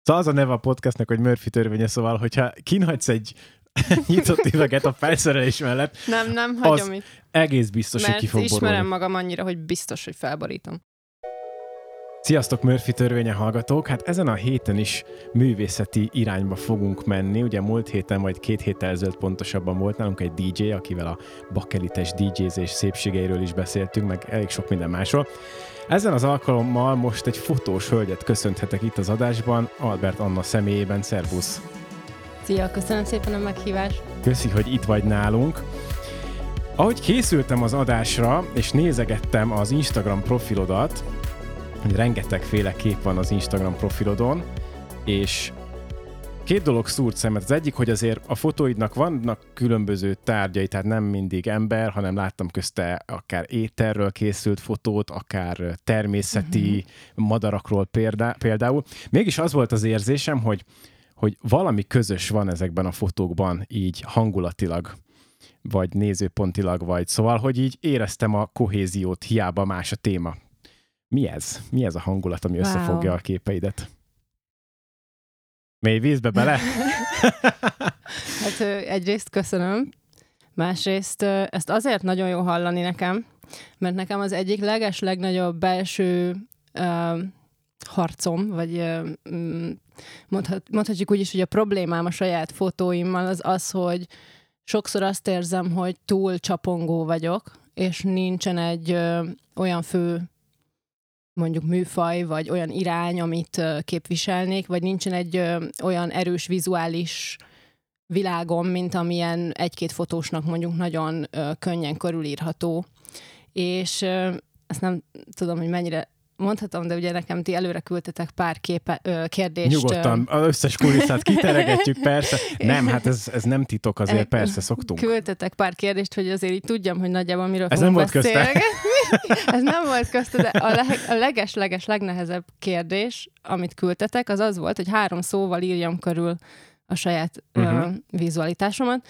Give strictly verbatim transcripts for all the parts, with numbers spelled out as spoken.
Szóval az a neve a podcastnek, hogy Murphy törvénye, szóval, hogyha kínhagysz egy nyitott üveget a felszerelés mellett, nem, nem, hagyom itt. Egész biztos, mert hogy ki fog borulni. ismerem magam annyira, hogy biztos, hogy felborítom. Sziasztok, Murphy törvénye hallgatók! Hát ezen a héten is művészeti irányba fogunk menni. Ugye múlt héten, vagy két héttel ezelőtt pontosabban volt nálunk egy dé dzsé, akivel a bakelites dé dzsézés szépségeiről is beszéltünk, meg elég sok minden másról. Ezen az alkalommal most egy fotós hölgyet köszönhetek itt az adásban, Albert Anna személyében. Szervusz! Szia, köszönöm szépen a meghívást! Köszi, hogy itt vagy nálunk. Ahogy készültem az adásra, és nézegettem az Instagram profilodat, hogy rengetegféle kép van az Instagram profilodon, és két dolog szúrt szemet. Az egyik, hogy azért a fotóidnak vannak különböző tárgyai, tehát nem mindig ember, hanem láttam közte akár ételről készült fotót, akár természeti uh-huh. madarakról példá, például. Mégis az volt az érzésem, hogy, hogy valami közös van ezekben a fotókban, így hangulatilag, vagy nézőpontilag, vagy szóval, hogy így éreztem a kohéziót, hiába más a téma. Mi ez? Mi ez a hangulat, ami wow. összefogja a képeidet? Mély vízbe bele? Hát egyrészt köszönöm, másrészt ezt azért nagyon jó hallani nekem, mert nekem az egyik leges, legnagyobb belső uh, harcom, vagy uh, mondhat, mondhatjuk úgy is, hogy a problémám a saját fotóimmal az az, hogy sokszor azt érzem, hogy túl csapongó vagyok, és nincsen egy uh, olyan fő mondjuk műfaj, vagy olyan irány, amit uh, képviselnék, vagy nincsen egy uh, olyan erős vizuális világom, mint amilyen egy-két fotósnak mondjuk nagyon uh, könnyen körülírható. És uh, azt nem tudom, hogy mennyire mondhatom, de ugye nekem ti előre küldtetek pár képe, ö, kérdést. Nyugodtan, az összes kulisszát kiteregetjük, persze. Nem, hát ez, ez nem titok, azért persze szoktunk. Küldtetek pár kérdést, hogy azért így tudjam, hogy nagyjából miről ez fogunk nem volt beszélgetni. Ez nem volt közte, de a, leg, a leges-leges legnehezebb kérdés, amit küldtetek, az az volt, hogy három szóval írjam körül a saját uh-huh. ö, vizualitásomat.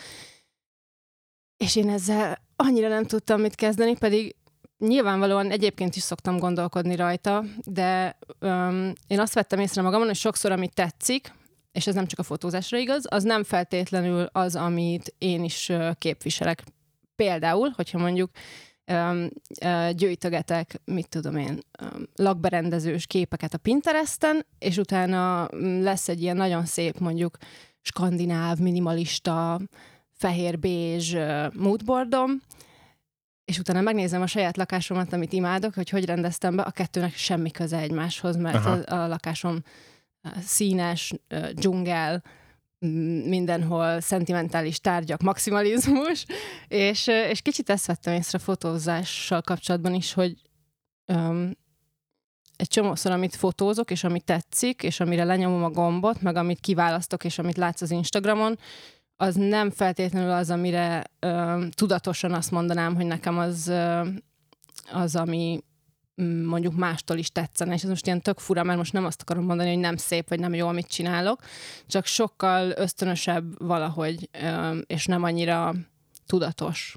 És én ezzel annyira nem tudtam mit kezdeni, pedig nyilvánvalóan egyébként is szoktam gondolkodni rajta, de um, én azt vettem észre magamon, hogy sokszor, amit tetszik, és ez nem csak a fotózásra igaz, az nem feltétlenül az, amit én is uh, képviselek. Például, hogyha mondjuk um, uh, gyűjtögetek, mit tudom én, um, lakberendezős képeket a Pinteresten, és utána um, lesz egy ilyen nagyon szép, mondjuk skandináv, minimalista, fehér-bézs uh, moodboardom, és utána megnézem a saját lakásomat, amit imádok, hogy hogy rendeztem be, a kettőnek semmi köze egymáshoz, mert a, a lakásom színes, dzsungel, mindenhol szentimentális tárgyak, maximalizmus, és, és kicsit ezt vettem észre fotózással kapcsolatban is, hogy um, egy csomószor, amit fotózok, és amit tetszik, és amire lenyomom a gombot, meg amit kiválasztok, és amit látsz az Instagramon, az nem feltétlenül az, amire ö, tudatosan azt mondanám, hogy nekem az, ö, az, ami m, mondjuk mástól is tetszene. És ez most ilyen tök fura, mert most nem azt akarom mondani, hogy nem szép, vagy nem jó, amit csinálok, csak sokkal ösztönösebb valahogy, ö, és nem annyira tudatos.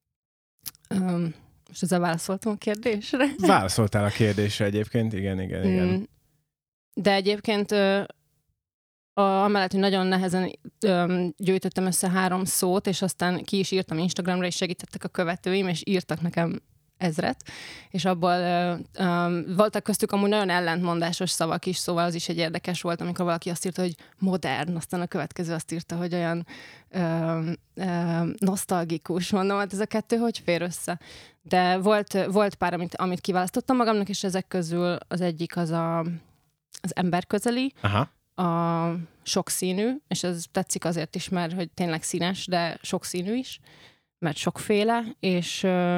Ö, most ezzel válaszoltam a kérdésre? Válaszoltál a kérdésre egyébként, igen, igen, igen. De egyébként... Ö, A, amellett, hogy nagyon nehezen öm, gyűjtöttem össze három szót, és aztán ki is írtam Instagramra, és segítettek a követőim, és írtak nekem ezret, és abból ö, ö, voltak köztük amúgy nagyon ellentmondásos szavak is, szóval az is egy érdekes volt, amikor valaki azt írta, hogy modern, aztán a következő azt írta, hogy olyan ö, ö, nosztalgikus, mondom, hát ez a kettő hogy fér össze? De volt, volt pár, amit, amit kiválasztottam magamnak, és ezek közül az egyik az a, az emberközeli, aha. A sokszínű, és ez tetszik azért is, mert hogy tényleg színes, de sokszínű is, mert sokféle, és uh,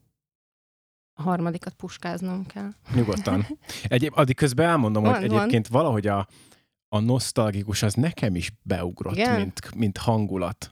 a harmadikat puskáznom kell. Nyugodtan. Egyéb, addig közben elmondom, van, hogy egyébként van. valahogy a, a nosztalgikus az nekem is beugrott, mint, mint hangulat.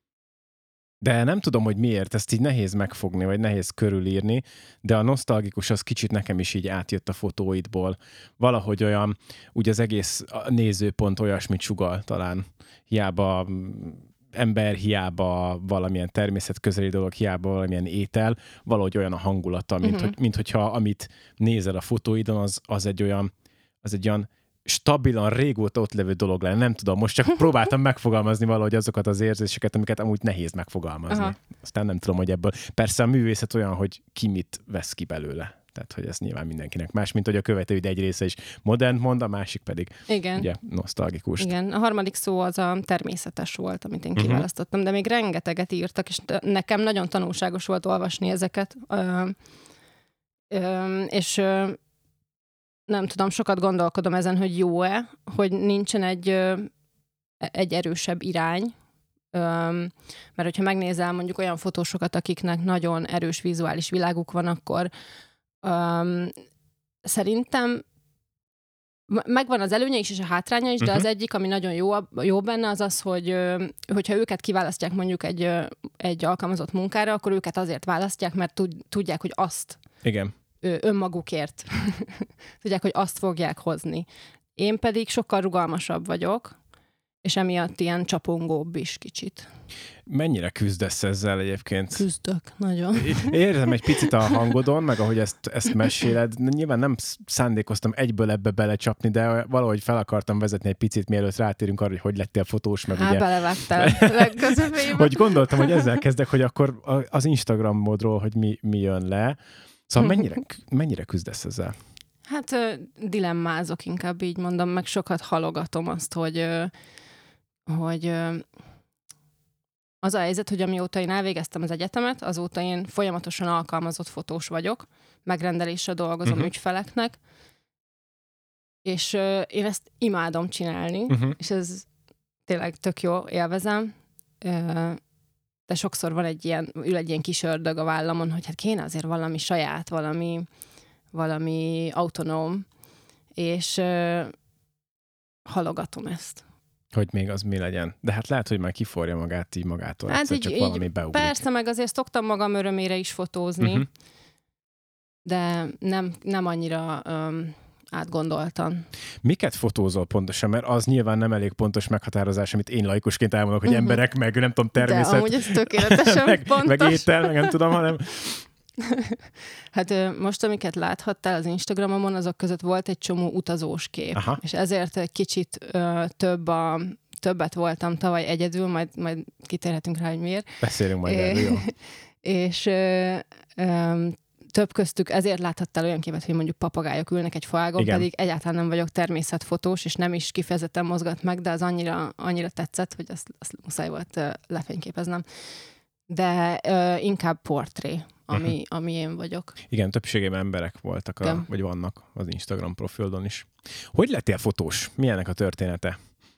De nem tudom, hogy miért, ezt így nehéz megfogni, vagy nehéz körülírni, de a nosztalgikus az kicsit nekem is így átjött a fotóidból. Valahogy olyan, ugye az egész nézőpont olyasmit sugall talán. Hiába ember, hiába valamilyen természetközeli dolog, hiába valamilyen étel, valahogy olyan a hangulata, mint, uh-huh. hogy, mint hogyha amit nézel a fotóidon, az, az egy olyan, az egy olyan stabilan, régóta ott levő dolog lenne. Nem tudom, most csak próbáltam megfogalmazni valahogy azokat az érzéseket, amiket amúgy nehéz megfogalmazni. Aha. Aztán nem tudom, hogy ebből. Persze a művészet olyan, hogy ki mit vesz ki belőle. Tehát, hogy ez nyilván mindenkinek más, mint hogy a követőid egy része is modern mond, a másik pedig igen. ugye nosztalgikus. Igen, a harmadik szó az a természetes volt, amit én kiválasztottam, uh-huh. de még rengeteget írtak, és nekem nagyon tanulságos volt olvasni ezeket. Ö, ö, és ö, nem tudom, sokat gondolkodom ezen, hogy jó-e, hogy nincsen egy, ö, egy erősebb irány, ö, mert hogyha megnézel mondjuk olyan fotósokat, akiknek nagyon erős vizuális világuk van, akkor Um, szerintem megvan az előnye is, és a hátránya is, de uh-huh. az egyik, ami nagyon jó, jó benne, az az, hogy hogyha őket kiválasztják mondjuk egy, egy alkalmazott munkára, akkor őket azért választják, mert tudják, hogy azt igen. önmagukért tudják, hogy azt fogják hozni. Én pedig sokkal rugalmasabb vagyok, és emiatt ilyen csapongóbb is kicsit. Mennyire küzdesz ezzel egyébként? Küzdök, nagyon. Érzem egy picit a hangodon, meg ahogy ezt, ezt meséled. Nyilván nem szándékoztam egyből ebbe belecsapni, de valahogy fel akartam vezetni egy picit, mielőtt rátérünk arra, hogy hogy lettél fotós, meg Há, ugye... belevágtál legközepébe. Hogy gondoltam, hogy ezzel kezdek, hogy akkor az Instagramodról, hogy mi, mi jön le. Szóval mennyire, mennyire küzdesz ezzel? Hát dilemmázok, inkább így mondom, meg sokat halogatom azt, hogy, hogy az a helyzet, hogy amióta én elvégeztem az egyetemet, azóta én folyamatosan alkalmazott fotós vagyok, megrendelésre dolgozom uh-huh. ügyfeleknek, és én ezt imádom csinálni, uh-huh. és ez tényleg tök jó, élvezem, de sokszor van egy ilyen, ül egy ilyen kis ördög a vállamon, hogy hát kéne azért valami saját, valami valami autonóm, és uh, halogatom ezt. Hogy még az mi legyen. De hát lehet, hogy már kiforja magát így magától. Hát így, csak így, valami beugrik. Persze, meg azért szoktam magam örömére is fotózni, uh-huh. de nem, nem annyira um, átgondoltan. Miket fotózol pontosan? Mert az nyilván nem elég pontos meghatározás, amit én laikusként elmondok, hogy uh-huh. emberek, meg nem tudom, természet. De amúgy ez tökéletesen meg, pontos. Meg étel, meg nem tudom, hanem... Hát most, amiket láthattál az Instagramomon, azok között volt egy csomó utazós kép. Aha. És ezért egy kicsit ö, több a, többet voltam tavaly egyedül, majd, majd kitérhetünk rá, hogy miért. Beszélünk majd erről, jó. És ö, ö, több köztük ezért láthattál olyan képet, hogy mondjuk papagájok ülnek egy faágon, igen. pedig egyáltalán nem vagyok természetfotós, és nem is kifejezetten mozgat meg, de az annyira, annyira tetszett, hogy azt, azt muszáj volt ö, lefényképeznem. De ö, inkább portré. Ami, uh-huh. ami én vagyok. Igen, többségében emberek voltak, a, vagy vannak az Instagram profilodon is. Hogy lettél fotós? Milyennek a története?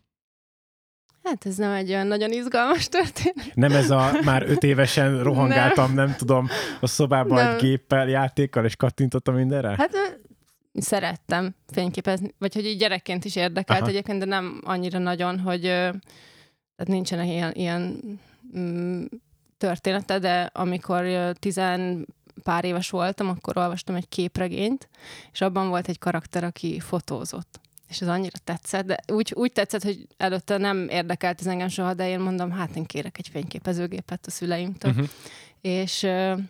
Hát ez nem egy olyan nagyon izgalmas történet. Nem ez a már öt évesen rohangáltam, nem, nem tudom, a szobában nem. Egy géppel, játékkal, és kattintottam mindenre? Hát szerettem fényképezni, vagy hogy így gyerekként is érdekelt Aha. egyébként, de nem annyira nagyon, hogy tehát nincsenek ilyen, ilyen mm, története, de amikor tizen pár éves voltam, akkor olvastam egy képregényt, és abban volt egy karakter, aki fotózott. És ez annyira tetszett, de úgy, úgy tetszett, hogy előtte nem érdekelt ez engem soha, de én mondom, hát én kérek egy fényképezőgépet a szüleimtől. Uh-huh. És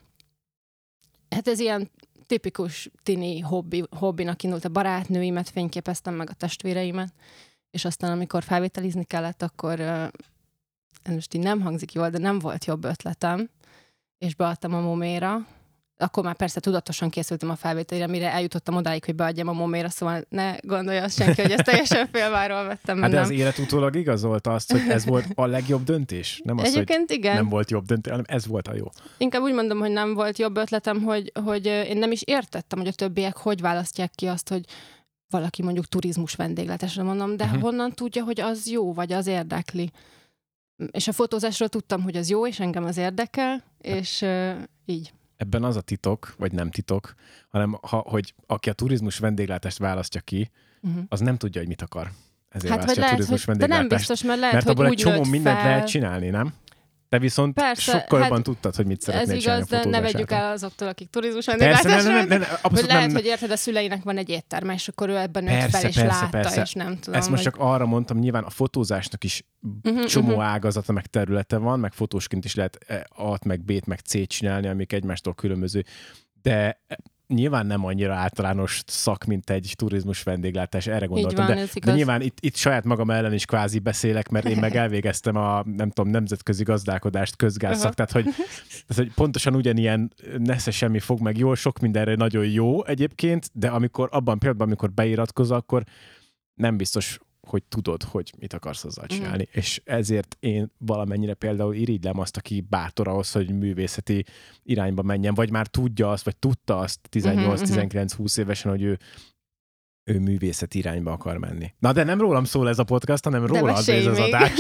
hát ez ilyen tipikus tini hobbi, hobbinak indult. A barátnőimet fényképeztem, meg a testvéreimet, és aztán amikor felvételizni kellett, akkor ez most így nem hangzik jól, de nem volt jobb ötletem, és beadtam a Moméra. Akkor már persze tudatosan készültem a felvételére, mire eljutottam odáig, hogy beadjam a Moméra, szóval ne gondolja azt senki, hogy ezt teljesen félváról vettem. Hát de az élet utólag igazolta azt, hogy ez volt a legjobb döntés? Nem az, Egyébként hogy igen. Nem volt jobb döntés, hanem ez volt a jó. Inkább úgy mondom, hogy nem volt jobb ötletem, hogy, hogy én nem is értettem, hogy a többiek hogy választják ki azt, hogy valaki mondjuk turizmus vendégletesre mondom, de uh-huh. honnan tudja, hogy az jó, vagy az érdekli. És a fotózásról tudtam, hogy az jó, és engem az érdekel, és uh, így. Ebben az a titok, vagy nem titok, hanem ha, hogy aki a turizmus vendéglátást választja ki, uh-huh. az nem tudja, hogy mit akar. Ezért hát, választja a turizmus hogy, vendéglátást. De nem biztos, mert lehet, mert hogy abból úgy egy csomó nőtt mindent fel. lehet csinálni, nem? Te viszont persze, sokkal hát jobban tudtad, hogy mit szeretnél igaz, csinálni a fotózás. Ez igaz, de ne vegyük el azoktól, akik turizmus vendéglátásra mennek. Hogy lehet, nem, hogy érted, a szüleinek van egy étterme, és akkor ő ebben nőtt persze, fel, és persze, látta, persze. és nem tudom. Ezt most hogy... csak arra mondtam, nyilván a fotózásnak is uh-huh, csomó uh-huh. ágazata, meg területe van, meg fotósként is lehet A-t, meg B-t, meg C-t csinálni, amik egymástól különböző. De nyilván nem annyira általános szak, mint egy turizmus vendéglátás, erre gondoltam, van, de, ez de nyilván itt, itt saját magam ellen is kvázi beszélek, mert én meg elvégeztem a, nem tudom, nemzetközi gazdálkodást, közgázszak, uh-huh. tehát, hogy, tehát hogy pontosan ugyanilyen nesze semmi fog meg jól, sok mindenre nagyon jó egyébként, de amikor abban például, amikor beiratkozol, akkor nem biztos, hogy tudod, hogy mit akarsz azzal csinálni. Mm. És ezért én valamennyire például irigylem azt, aki bátor ahhoz, hogy művészeti irányba menjen, vagy már tudja azt, vagy tudta azt tizennyolc tizenkilenc húsz évesen, hogy ő, ő művészeti irányba akar menni. Na de nem rólam szól ez a podcast, hanem de rólad ez az adás.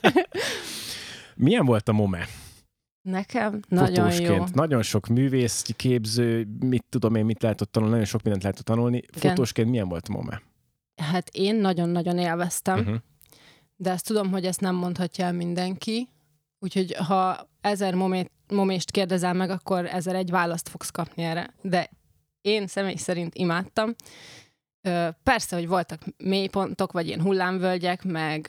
Milyen volt a MOME? Nekem nagyon Fotósként. jó. Nagyon sok művész, képző, mit tudom én, mit lehet ott tanulni, nagyon sok mindent lehet ott tanulni. Igen. Fotósként milyen volt a MOME? Hát én nagyon-nagyon élveztem, uh-huh. de ezt tudom, hogy ezt nem mondhatja el mindenki, úgyhogy ha ezer momét, momést kérdezel meg, akkor ezer egy választ fogsz kapni erre. De én személy szerint imádtam. Persze, hogy voltak mélypontok, vagy ilyen hullámvölgyek, meg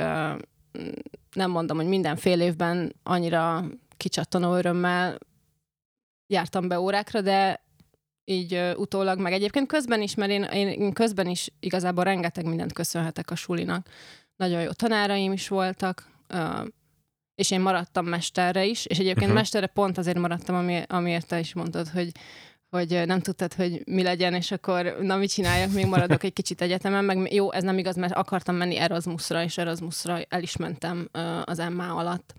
nem mondom, hogy minden fél évben annyira kicsattanó örömmel jártam be órákra, de így uh, utólag, meg egyébként közben is, mert én, én közben is igazából rengeteg mindent köszönhetek a sulinak. Nagyon jó tanáraim is voltak, uh, és én maradtam mesterre is, és egyébként uh-huh. mesterre pont azért maradtam, ami, amiért te is mondtad, hogy, hogy nem tudtad, hogy mi legyen, és akkor na, mit csináljak, még maradok egy kicsit egyetemen, meg jó, ez nem igaz, mert akartam menni Erasmusra, és Erasmusra el is mentem uh, az em á alatt.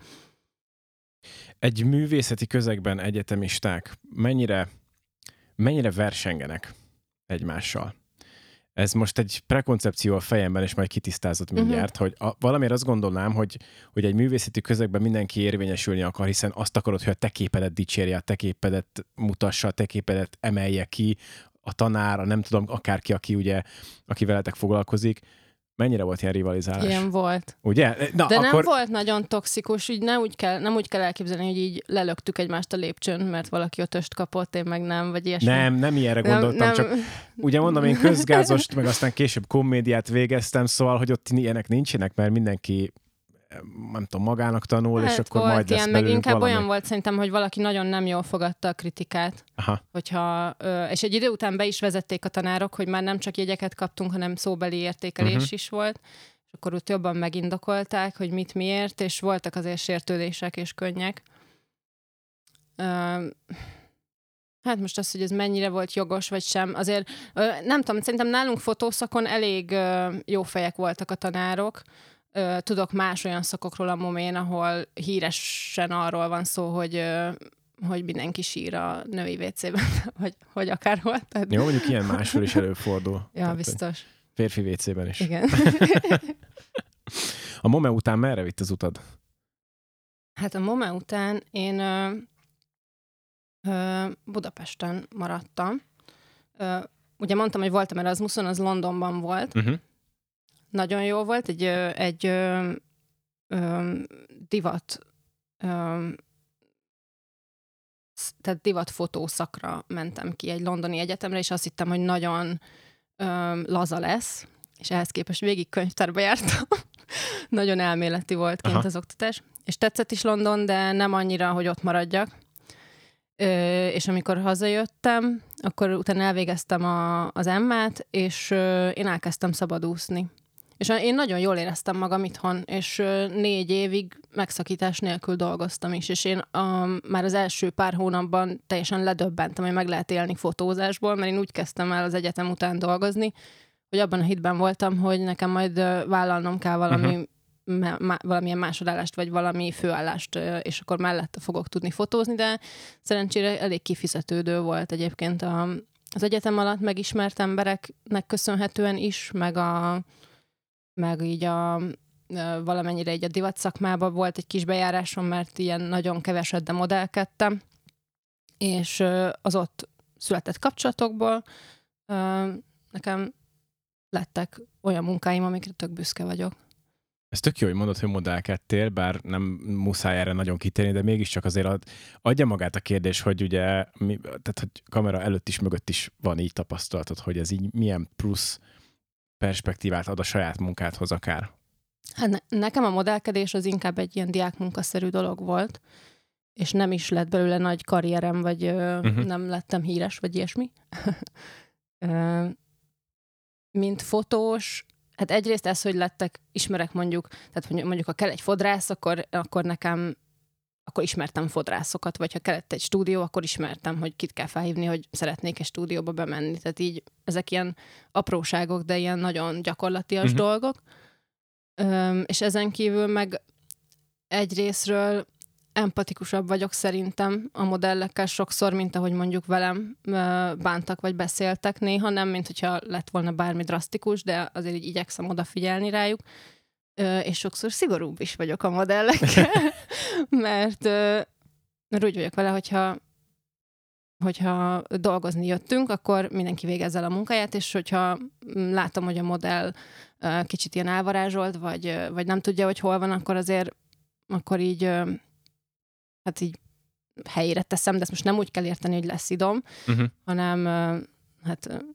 Egy művészeti közegben egyetemisták mennyire mennyire versengenek egymással? Ez most egy prekoncepció a fejemben, és majd kitisztázott mindjárt, uh-huh. hogy a, valamiért azt gondolnám, hogy, hogy egy művészeti közegben mindenki érvényesülni akar, hiszen azt akarod, hogy a te képedet dicsérje, a te képedet mutassa, a te képedet emelje ki, a tanár, a nem tudom, akárki, aki ugye, aki veletek foglalkozik. Mennyire volt ilyen rivalizálás? Ilyen volt. Ugye? Na, de akkor... nem volt nagyon toxikus, így nem úgy, kell, nem úgy kell elképzelni, hogy így lelöktük egymást a lépcsőn, mert valaki ötöst kapott, én meg nem, vagy ilyesmi. Nem, nem ilyenre gondoltam, nem, nem... csak ugye mondom, én közgázost, meg aztán később komédiát végeztem, szóval, hogy ott ilyenek nincsenek, mert mindenki nem tudom, magának tanul, hát és akkor majd lesz ilyen, meg inkább valami. olyan volt szerintem, hogy valaki nagyon nem jól fogadta a kritikát. Aha. Hogyha, és egy idő után be is vezették a tanárok, hogy már nem csak jegyeket kaptunk, hanem szóbeli értékelés uh-huh. is volt, és akkor ott jobban megindokolták, hogy mit miért, és voltak azért sértődések és könnyek. Hát most az, hogy ez mennyire volt jogos, vagy sem, azért nem tudom, szerintem nálunk fotószakon elég jó fejek voltak a tanárok. Tudok más olyan szakokról a momén, ahol híresen arról van szó, hogy, hogy mindenki sír a női vécében, vagy hogy akárhol. Tehát... Jó, mondjuk ilyen máshol is előfordul. Ja, tehát, biztos. Férfi vécében is. Igen. A MOME után merre vitt az utad? Hát a MOME után én ö, ö, Budapesten maradtam. Ö, ugye mondtam, hogy voltam Erasmuson, az Londonban volt. Uh-huh. Nagyon jó volt, egy, egy ö, ö, divat, ö, tehát divat fotószakra mentem ki egy londoni egyetemre, és azt hittem, hogy nagyon ö, laza lesz, és ehhez képest végig könyvtárba jártam. Nagyon elméleti volt kint Aha. az oktatás. És tetszett is London, de nem annyira, hogy ott maradjak. Ö, és amikor hazajöttem, akkor utána elvégeztem a, az emmát, és ö, én elkezdtem szabadúszni. És én nagyon jól éreztem magam itthon, és négy évig megszakítás nélkül dolgoztam is, és én a, már az első pár hónapban teljesen ledöbbentem, hogy meg lehet élni fotózásból, mert én úgy kezdtem el az egyetem után dolgozni, hogy abban a hitben voltam, hogy nekem majd vállalnom kell valami, uh-huh. me, má, valamilyen másodállást, vagy valami főállást, és akkor mellette fogok tudni fotózni, de szerencsére elég kifizetődő volt egyébként a, az egyetem alatt megismert embereknek köszönhetően is, meg a meg így a, valamennyire így a divat szakmában volt egy kis bejárásom, mert ilyen nagyon keveset, de modellkedtem, és az ott született kapcsolatokból nekem lettek olyan munkáim, amikre tök büszke vagyok. Ez tök jó, hogy mondod, hogy modellkedtél, bár nem muszáj erre nagyon kitérni, de mégiscsak azért ad, adja magát a kérdés, hogy ugye, mi, tehát hogy kamera előtt is, mögött is van így tapasztalatod, hogy ez így milyen plusz perspektívát ad a saját munkádhoz akár? Hát ne, nekem a modellkedés az inkább egy ilyen diákmunkaszerű dolog volt, és nem is lett belőle nagy karrierem, vagy uh-huh. nem lettem híres, vagy ilyesmi. Mint fotós, hát egyrészt ez, hogy lettek, ismerek mondjuk, tehát mondjuk ha kell egy fodrász, akkor, akkor nekem, akkor ismertem fodrászokat, vagy ha kellett egy stúdió, akkor ismertem, hogy kit kell felhívni, hogy szeretnék egy stúdióba bemenni. Tehát így ezek ilyen apróságok, de ilyen nagyon gyakorlatias uh-huh. dolgok. Üm, és ezen kívül meg egyrészről empatikusabb vagyok szerintem a modellekkel sokszor, mint ahogy mondjuk velem bántak vagy beszéltek néha, nem, mint hogyha lett volna bármi drasztikus, de azért így igyekszem odafigyelni rájuk, és sokszor szigorúbb is vagyok a modellekkel, mert, mert úgy vagyok vele, hogyha, hogyha dolgozni jöttünk, akkor mindenki végezze el a munkáját, és hogyha látom, hogy a modell kicsit ilyen elvarázsolt, vagy, vagy nem tudja, hogy hol van, akkor azért akkor így hát így helyére teszem, de ezt most nem úgy kell érteni, hogy lesz idom, uh-huh. hanem hát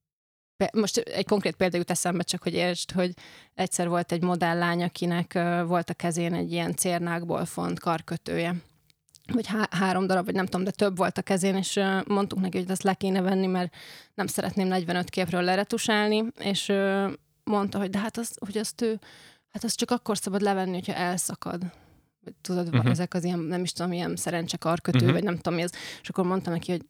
most egy konkrét példa jut eszembe, csak hogy értsd, hogy egyszer volt egy modelllány, akinek volt a kezén egy ilyen cérnákból font karkötője, vagy há- három darab, vagy nem tudom, de több volt a kezén, és mondtuk neki, hogy ezt le kéne venni, mert nem szeretném negyvenöt képről leretusálni, és mondta, hogy de hát azt, hogy azt ő, hát azt csak akkor szabad levenni, hogyha elszakad. Tudod, uh-huh. ezek az ilyen, nem is tudom, ilyen szerencsekarkötő, uh-huh. vagy nem tudom mi az. És akkor mondtam neki, hogy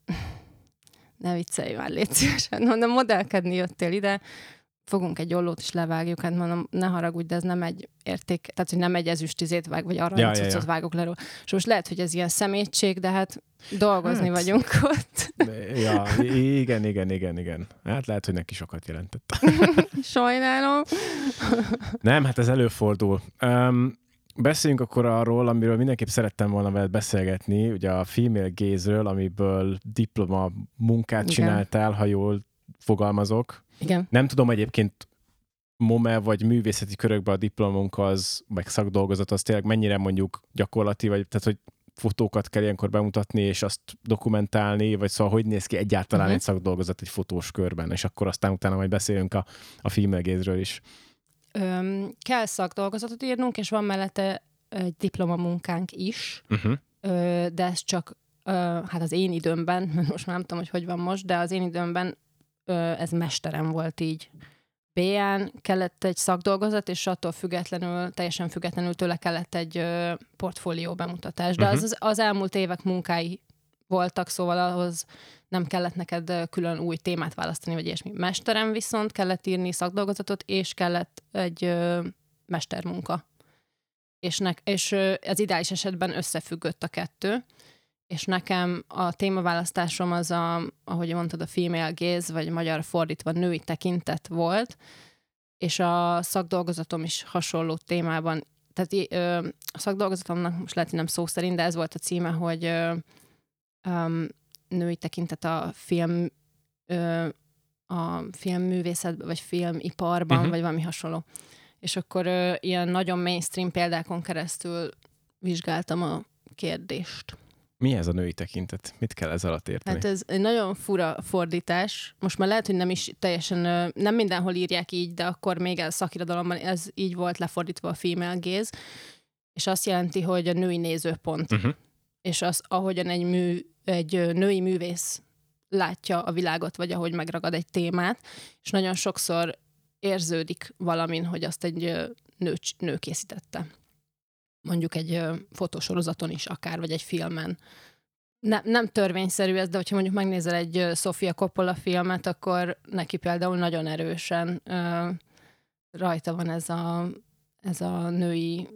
ne viccelj már, légy szívesen. Mondom, modellkedni jöttél ide, fogunk egy ollót is levágjuk, hát mondom, ne haragudj, de ez nem egy érték, tehát hogy nem egy ezüstizét vág, vagy arra ja, ja, ja. vágok le róla. És most lehet, hogy ez ilyen szemétség, de hát dolgozni hát, vagyunk ott. Ja, igen, igen, igen, igen. Hát lehet, hogy neki sokat jelentett. Sajnálom. Nem, hát ez előfordul. Um, Beszéljünk akkor arról, amiről mindenképp szerettem volna veled beszélgetni, ugye a female gaze-ről, amiből diploma munkát igen. csináltál, ha jól fogalmazok. Igen. Nem tudom egyébként MOME vagy művészeti körökben a diplomunka az, meg szakdolgozat az tényleg mennyire mondjuk gyakorlati, vagy tehát, hogy fotókat kell ilyenkor bemutatni, és azt dokumentálni, vagy szóval hogy néz ki egyáltalán uh-huh. egy szakdolgozat egy fotós körben, és akkor aztán utána majd beszélünk a, a female gaze-ről is. Öm, kell szakdolgozatot írnunk, és van mellette egy diplomamunkánk is, uh-huh. ö, de ez csak ö, hát az én időmben, mert most már nem tudom, hogy hogy van most, de az én időmben ö, ez mesterem volt így. bé án kellett egy szakdolgozat, és attól függetlenül, teljesen függetlenül tőle kellett egy ö, portfólió bemutatás. De uh-huh. az, az elmúlt évek munkái voltak, szóval ahhoz nem kellett neked külön új témát választani, vagy ilyesmi. Mesterem viszont kellett írni szakdolgozatot, és kellett egy ö, mestermunka. És, ne, és ö, az ideális esetben összefüggött a kettő, és nekem a témaválasztásom az, a, ahogy mondtad, a female gaze, vagy magyar fordítva női tekintet volt, és a szakdolgozatom is hasonló témában. Tehát ö, a szakdolgozatomnak most lehet, hogy nem szó szerint, de ez volt a címe, hogy ö, Um, női tekintet a film ö, a filmművészetben, vagy filmiparban, uh-huh. vagy valami hasonló. És akkor ö, ilyen nagyon mainstream példákon keresztül vizsgáltam a kérdést. Mi ez a női tekintet? Mit kell ez alatt érteni? Hát ez egy nagyon fura fordítás. Most már lehet, hogy nem is teljesen, ö, nem mindenhol írják így, de akkor még a szakirodalomban ez így volt lefordítva a female gaze, és azt jelenti, hogy a női nézőpont. Uh-huh. És az, ahogyan egy, mű, egy női művész látja a világot, vagy ahogy megragad egy témát, és nagyon sokszor érződik valamin, hogy azt egy nő, nő készítette. Mondjuk egy fotósorozaton is akár, vagy egy filmen. Ne, nem törvényszerű ez, de hogyha mondjuk megnézel egy Sofia Coppola filmet, akkor neki például nagyon erősen uh, rajta van ez a, ez a női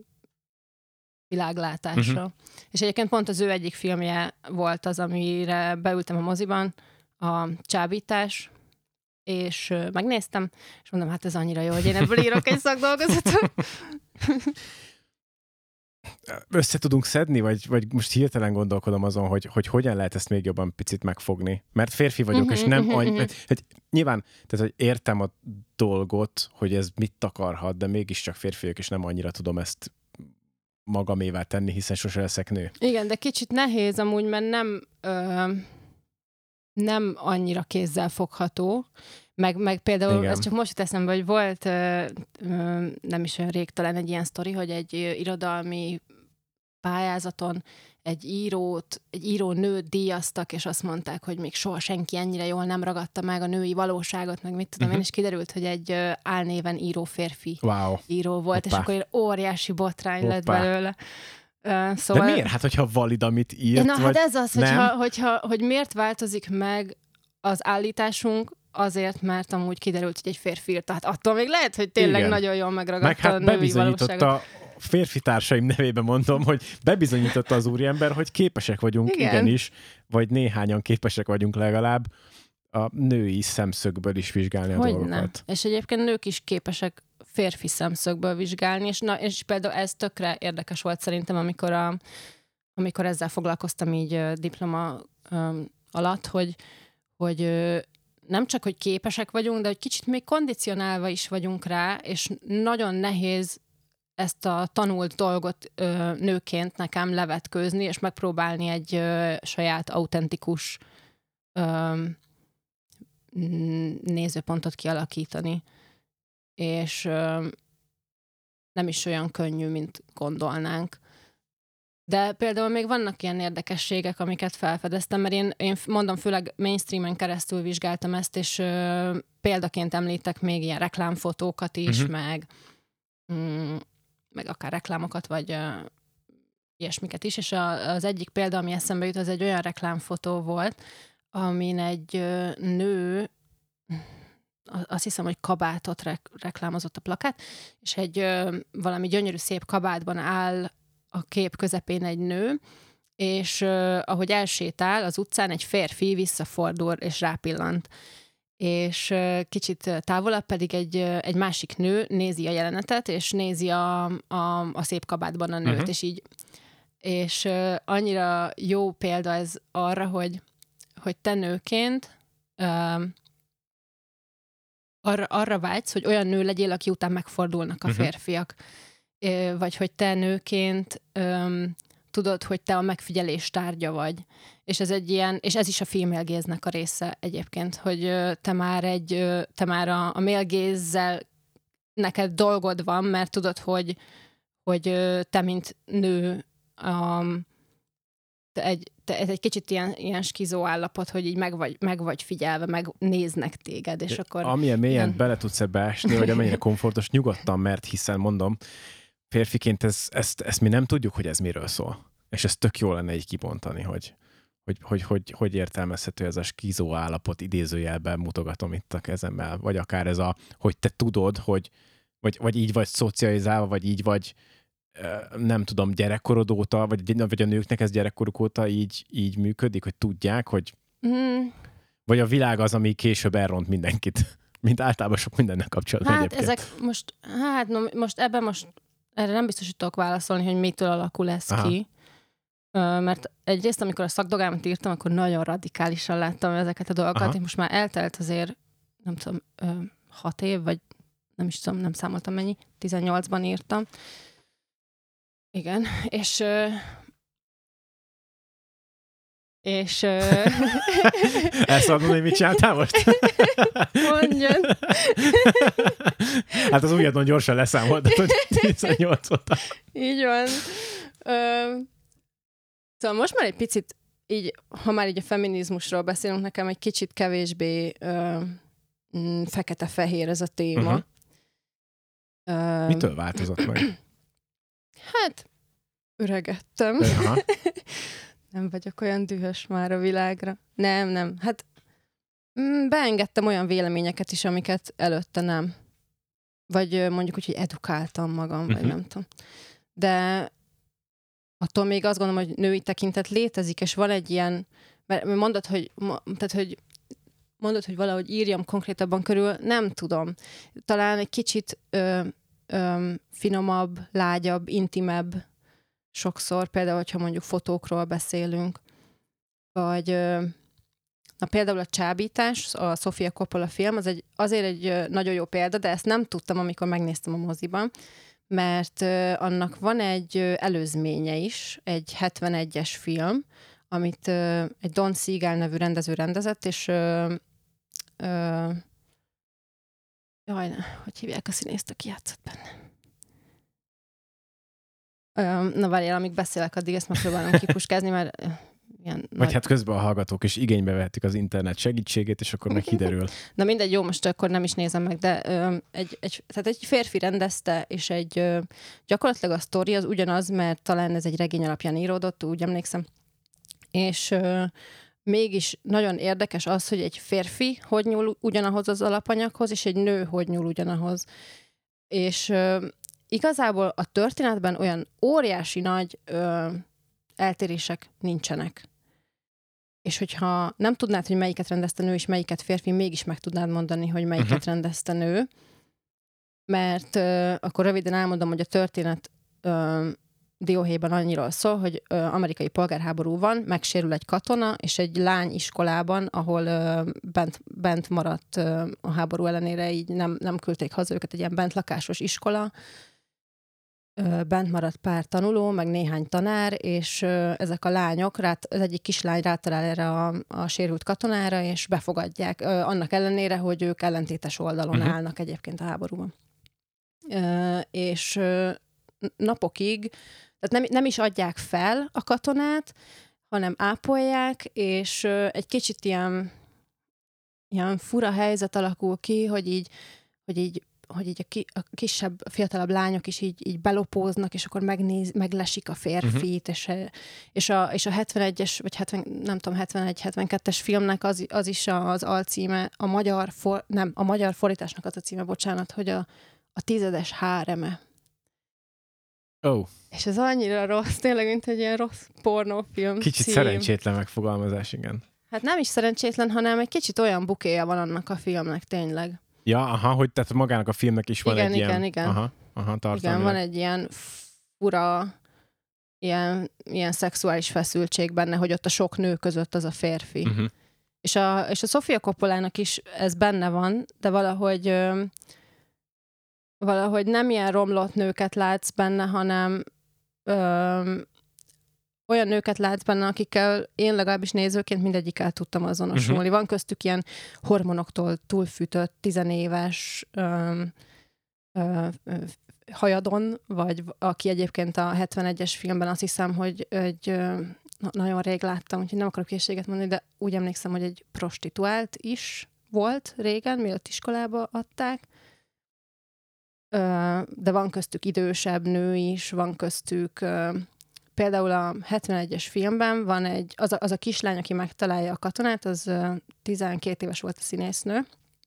világlátásra. Uh-huh. És egyébként pont az ő egyik filmje volt az, amire beültem a moziban, a Csábítás, és megnéztem, és mondom, hát ez annyira jó, hogy én ebből írok egy szakdolgozatot. Össze tudunk szedni, vagy, vagy most hirtelen gondolkodom azon, hogy, hogy hogyan lehet ezt még jobban picit megfogni. Mert férfi vagyok, uh-huh, és nem uh-huh, annyi... Uh-huh. Hát, nyilván, tehát, hogy értem a dolgot, hogy ez mit akarhat, de mégiscsak férfi vagyok, és nem annyira tudom ezt magamévá tenni, hiszen sose leszek nő. Igen, de kicsit nehéz amúgy, mert nem, ö, nem annyira kézzel fogható, meg, meg például, igen. Ez csak most jut eszembe, hogy volt ö, ö, nem is olyan rég talán egy ilyen sztori, hogy egy ö, irodalmi pályázaton egy írót, egy író-nőt díjaztak, és azt mondták, hogy még soha senki ennyire jól nem ragadta meg a női valóságot, meg mit tudom uh-huh. én, és kiderült, hogy egy uh, álnéven író férfi wow. író volt, Hoppá. És akkor egy óriási botrány Hoppá. lett belőle. Uh, szóval... De miért? Hát, hogyha valid, amit írt? Na, vagy... hát ez az, hogyha, hogyha, hogy miért változik meg az állításunk, azért, mert amúgy kiderült, hogy egy férfi írt. Tehát attól még lehet, hogy tényleg Igen. nagyon jól megragadta meg hát a női valóságot. Férfi társaim nevében mondom, hogy bebizonyította az úriember, hogy képesek vagyunk Igen. igenis, vagy néhányan képesek vagyunk legalább a női szemszögből is vizsgálni a Hogyne. dolgokat. És egyébként nők is képesek férfi szemszögből vizsgálni, és, na, és például ez tökre érdekes volt szerintem, amikor, a, amikor ezzel foglalkoztam így uh, diploma um, alatt, hogy, hogy uh, nem csak, hogy képesek vagyunk, de hogy kicsit még kondicionálva is vagyunk rá, és nagyon nehéz ezt a tanult dolgot ö, nőként nekem levetkőzni, és megpróbálni egy ö, saját autentikus ö, nézőpontot kialakítani. És ö, nem is olyan könnyű, mint gondolnánk. De például még vannak ilyen érdekességek, amiket felfedeztem, mert én, én mondom, főleg mainstreamen keresztül vizsgáltam ezt, és ö, példaként említek még ilyen reklámfotókat is, uh-huh. meg mm, meg akár reklámokat, vagy uh, ilyesmiket is, és a, az egyik példa, ami eszembe jut, az egy olyan reklámfotó volt, amin egy uh, nő, azt hiszem, hogy kabátot rek- reklámozott a plakát, és egy uh, valami gyönyörű szép kabátban áll a kép közepén egy nő, és uh, ahogy elsétál az utcán, egy férfi visszafordul és rápillant. És kicsit távolabb pedig egy, egy másik nő nézi a jelenetet, és nézi a, a, a szép kabátban a nőt, uh-huh. és így. És annyira jó példa ez arra, hogy, hogy te nőként um, arra, arra vágysz, hogy olyan nő legyél, aki után megfordulnak a uh-huh. férfiak. Vagy hogy te nőként um, tudod, hogy te a megfigyelés tárgya vagy. És ez egy ilyen, és ez is a female gaze-nek a része egyébként, hogy te már egy, te már a, a male gaze-zel neked dolgod van, mert tudod, hogy, hogy te, mint nő, um, te egy, te, ez egy kicsit ilyen, ilyen skizó állapot, hogy így meg vagy, meg vagy figyelve, meg néznek téged, és akkor... Amilyen mélyen ilyen... bele tudsz ebbe esni, vagy amennyire komfortos, nyugodtan, mert hiszen mondom, férfiként ez, ezt, ezt mi nem tudjuk, hogy ez miről szól. És ez tök jó lenne így kibontani, hogy hogy, hogy, hogy, hogy értelmezhető ez a skizó állapot, idézőjelben mutogatom itt a kezemmel, vagy akár ez a, hogy te tudod, hogy vagy, vagy így vagy szocializálva, vagy így vagy nem tudom, gyerekkorod óta, vagy, vagy a nőknek ez gyerekkoruk óta így, így működik, hogy tudják, hogy mm. vagy a világ az, ami később elront mindenkit, mint általában sok mindennel kapcsolatban hát egyébként. Ezek most, hát no, most ebben most erre nem biztos, hogy tudok válaszolni, hogy mitől alakul ez Aha. ki. Mert egyrészt, amikor a szakdolgámat írtam, akkor nagyon radikálisan láttam ezeket a dolgokat, és most már eltelt azért, nem tudom, hat év, vagy nem is tudom, nem számoltam mennyi, tizennyolcban írtam. Igen, és... És... El szabad mondani, mit csináltál most? Mondjon! Hát az újadon gyorsan leszámoltad, hogy tizennyolc óta. Így van. Ö... Szóval most már egy picit, így, ha már így a feminizmusról beszélünk, nekem egy kicsit kevésbé ö, m, fekete-fehér ez a téma. Uh-huh. Ö, Mitől változott meg? Hát, öregettem. Uh-huh. Nem vagyok olyan dühös már a világra. Nem, nem. Hát m, beengedtem olyan véleményeket is, amiket előtte nem. Vagy mondjuk úgy, hogy edukáltam magam, uh-huh. vagy nem tudom. De attól még azt gondolom, hogy női tekintet létezik, és van egy ilyen, mert mondod, hogy, tehát, hogy mondod, hogy valahogy írjam konkrétabban körül, nem tudom. Talán egy kicsit ö, ö, finomabb, lágyabb, intimebb sokszor, például, hogyha mondjuk fotókról beszélünk, vagy ö, na például a Csábítás, a Sofia Coppola film, az egy, azért egy nagyon jó példa, de ezt nem tudtam, amikor megnéztem a moziban, mert uh, annak van egy uh, előzménye is, egy hetvenegyes film, amit uh, egy Don Siegel nevű rendező rendezett, és uh, uh, jaj, hogy hívják a színészt, aki játszott benne? Na várjál, amíg beszélek, addig ezt megpróbálom kipuskázni, mert ilyen Vagy nagy... hát közben a hallgatók is igénybe vehetik az internet segítségét, és akkor meg kiderül. Na mindegy, jó, most akkor nem is nézem meg, de ö, egy, egy, tehát egy férfi rendezte, és egy ö, gyakorlatilag a sztori az ugyanaz, mert talán ez egy regény alapján íródott, úgy emlékszem. És ö, mégis nagyon érdekes az, hogy egy férfi hogy nyúl ugyanahoz az alapanyaghoz, és egy nő hogy nyúl ugyanahoz. És ö, igazából a történetben olyan óriási nagy ö, eltérések nincsenek. És hogyha nem tudnád, hogy melyiket rendezte nő, és melyiket férfi, mégis meg tudnád mondani, hogy melyiket uh-huh. rendezte nő. Mert ö, akkor röviden elmondom, hogy a történet ö, dióhéjban annyiról szól, hogy ö, amerikai polgárháború van, megsérül egy katona, és egy lány iskolában, ahol ö, bent, bent maradt ö, a háború ellenére, így nem, nem küldték haza őket, egy ilyen bentlakásos iskola, bent maradt pár tanuló, meg néhány tanár, és ezek a lányok, rát, az egyik kislány rátalál erre a, a sérült katonára, és befogadják, annak ellenére, hogy ők ellentétes oldalon uh-huh. állnak egyébként a háborúban. És napokig, tehát nem, nem is adják fel a katonát, hanem ápolják, és egy kicsit ilyen, ilyen fura helyzet alakul ki, hogy így, hogy így hogy így a, ki, a kisebb, a fiatalabb lányok is így, így belopóznak, és akkor megnéz, meglesik a férfit, uh-huh. és, és, a, és a hetvenegyes, vagy hetven, nem tudom, hetvenegy hetvenkettes filmnek az, az is az alcíme, a magyar, for, nem, a magyar fordításnak az a címe, bocsánat, hogy a, a tizedes háreme. Oh. És ez annyira rossz, tényleg, mint egy ilyen rossz pornófilm Kicsit cím. Szerencsétlen megfogalmazás, igen. Hát nem is szerencsétlen, hanem egy kicsit olyan bukéja van annak a filmnek, tényleg. Ja, aha, hogy tehát magának a filmnek is van igen, egy igen, ilyen... Igen, aha, aha, tartalmilag. igen, van egy ilyen fura, ilyen, ilyen szexuális feszültség benne, hogy ott a sok nő között az a férfi. Uh-huh. És a, és a Sofia Coppolának is ez benne van, de valahogy ö, valahogy nem ilyen romlott nőket látsz benne, hanem ö, olyan nőket látsz benne, akikkel én legalábbis nézőként mindegyikkel tudtam azonosulni. Uh-huh. Van köztük ilyen hormonoktól túlfűtött, tizenéves ö, ö, ö, hajadon, vagy aki egyébként a hetvenegyes filmben azt hiszem, hogy egy ö, nagyon rég láttam, úgyhogy nem akarok készséget mondani, de úgy emlékszem, hogy egy prostituált is volt régen, mielőtt iskolába adták. Ö, de van köztük idősebb nő is, van köztük... Ö, Például a hetvenegyes filmben van egy, az a, az a kislány, aki megtalálja a katonát, az uh, tizenkét éves volt a színésznő,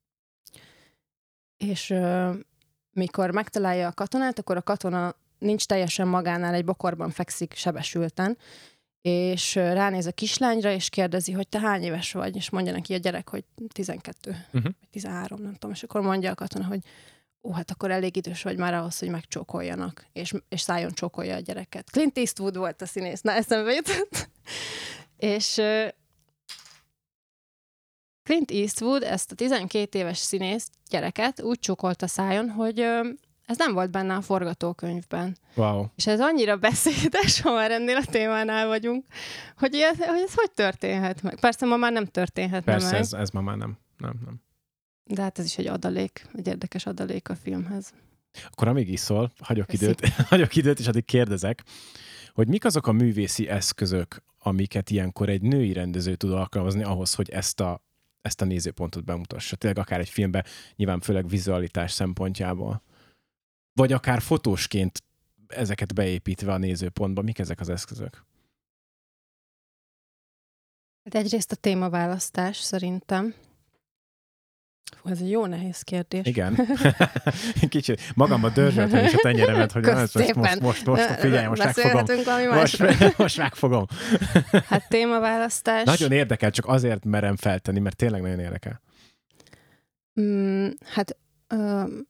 és uh, mikor megtalálja a katonát, akkor a katona nincs teljesen magánál, egy bokorban fekszik sebesülten, és uh, ránéz a kislányra, és kérdezi, hogy te hány éves vagy, és mondja neki a gyerek, hogy tizenkettő, uh-huh. vagy tizenhárom, nem tudom, és akkor mondja a katona, hogy ó, hát akkor elég idős vagy már ahhoz, hogy megcsókoljanak, és, és szájon csókolja a gyereket. Clint Eastwood volt a színész, na eszembe jutott. és uh, Clint Eastwood ezt a tizenkét éves színész gyereket úgy csókolta szájon, hogy uh, ez nem volt benne a forgatókönyvben. Wow. És ez annyira beszédes, ha már ennél a témánál vagyunk, hogy, ez, hogy ez hogy történhet meg. Persze ma már nem történhetne Persze, meg. Persze, ez, ez ma már nem. nem, nem. De hát ez is egy adalék, egy érdekes adalék a filmhez. Akkor amíg iszol, hagyok időt, hagyok időt, és addig kérdezek, hogy mik azok a művészi eszközök, amiket ilyenkor egy női rendező tud alkalmazni ahhoz, hogy ezt a, ezt a nézőpontot bemutassa. Tényleg akár egy filmben, nyilván főleg vizualitás szempontjából. Vagy akár fotósként ezeket beépítve a nézőpontba. Mik ezek az eszközök? Hát egyrészt a témaválasztás szerintem. Fú, ez egy jó nehéz kérdés. Igen. Kicsit magamba dörzsöltem is a tenyeremet, hogy most, most, most, most, most figyelj, most megfogom. Most, most megfogom. Hát témaválasztás. Nagyon érdekel, csak azért merem feltenni, mert tényleg nagyon érdekel. Mm, hát um,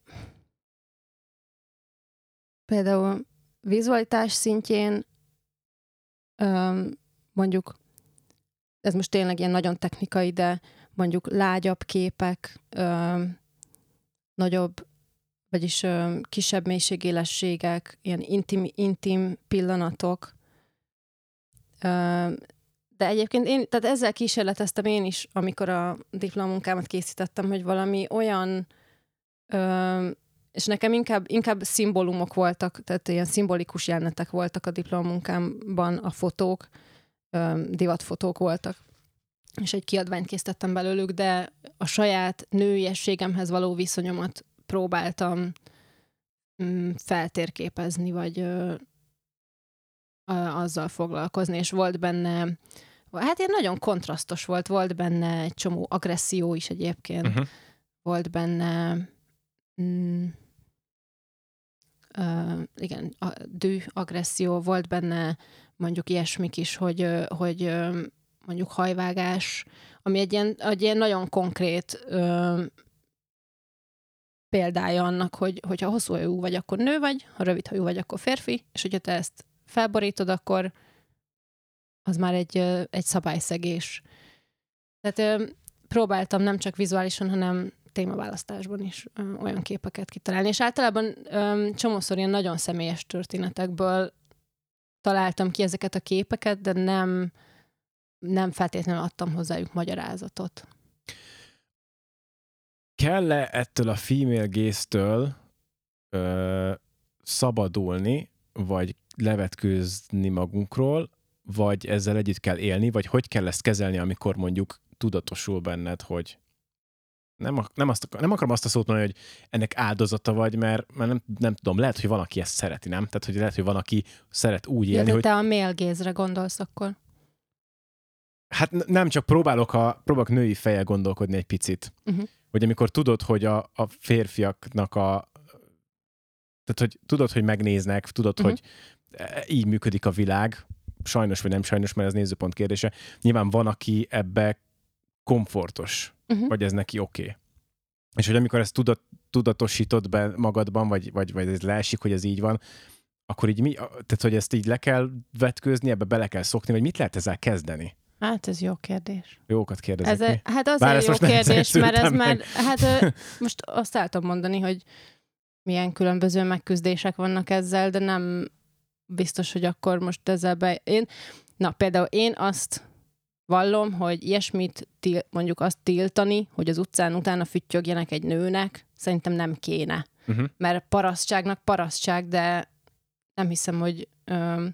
például vizualitás szintjén um, mondjuk, ez most tényleg ilyen nagyon technikai, de mondjuk lágyabb képek, ö, nagyobb, vagyis ö, kisebb mélységélességek, ilyen intim, intim pillanatok. Ö, de egyébként én, tehát ezzel kísérleteztem én is, amikor a diplomunkámat készítettem, hogy valami olyan ö, és nekem inkább, inkább szimbólumok voltak, tehát ilyen szimbolikus jelenetek voltak a diplomamunkámban, a fotók, divatfotók voltak, és egy kiadványt készítettem belőlük, de a saját nőiességemhez való viszonyomat próbáltam mm, feltérképezni, vagy ö, ö, azzal foglalkozni, és volt benne, hát ilyen nagyon kontrasztos volt, volt benne egy csomó agresszió is egyébként, uh-huh. volt benne mm, ö, igen, a dű, agresszió, volt benne mondjuk ilyesmik is, hogy, hogy ö, mondjuk hajvágás, ami egy ilyen, egy ilyen nagyon konkrét ö, példája annak, hogy hogyha hosszú hajú vagy, akkor nő vagy, ha rövid hajú vagy, akkor férfi, és hogyha te ezt felborítod, akkor az már egy, ö, egy szabályszegés. Tehát ö, próbáltam nem csak vizuálisan, hanem témaválasztásban is ö, olyan képeket kitalálni. És általában ö, csomószor ilyen nagyon személyes történetekből találtam ki ezeket a képeket, de nem nem feltétlenül adtam hozzájuk magyarázatot. Kell-e ettől a female gaze-től ö, szabadulni, vagy levetkőzni magunkról, vagy ezzel együtt kell élni, vagy hogy kell ezt kezelni, amikor mondjuk tudatosul benned, hogy nem, nem, azt, nem akarom azt a szót mondani, hogy ennek áldozata vagy, mert, mert nem, nem tudom, lehet, hogy van, aki ezt szereti, nem? Tehát, hogy lehet, hogy van, aki szeret úgy élni, ja, hogy... te a male gaze-re gondolsz akkor? Hát nem csak próbálok, a, próbálok női fejjel gondolkodni egy picit. Uh-huh. Hogy amikor tudod, hogy a, a férfiaknak a... Tehát, hogy tudod, hogy megnéznek, tudod, uh-huh. hogy így működik a világ, sajnos vagy nem sajnos, mert ez nézőpont kérdése. Nyilván van, aki ebbe komfortos, uh-huh. vagy ez neki oké. Okay. És hogy amikor ezt tudat, tudatosítod be magadban, vagy, vagy, vagy ez leesik, hogy ez így van, akkor így mi... Tehát, hogy ezt így le kell vetkőzni, ebbe bele kell szokni, vagy mit lehet ezzel kezdeni? Hát ez jó kérdés. Jókat kérdezek. Ez a, hát azért jó kérdés, mert ez már, hát most azt el tudom mondani, hogy milyen különböző megküzdések vannak ezzel, de nem biztos, hogy akkor most ezzel be... Én, na például én azt vallom, hogy ilyesmit til, mondjuk azt tiltani, hogy az utcán utána füttyögjenek egy nőnek, szerintem nem kéne. Uh-huh. Mert parasztságnak parasztság, de nem hiszem, hogy... Öm,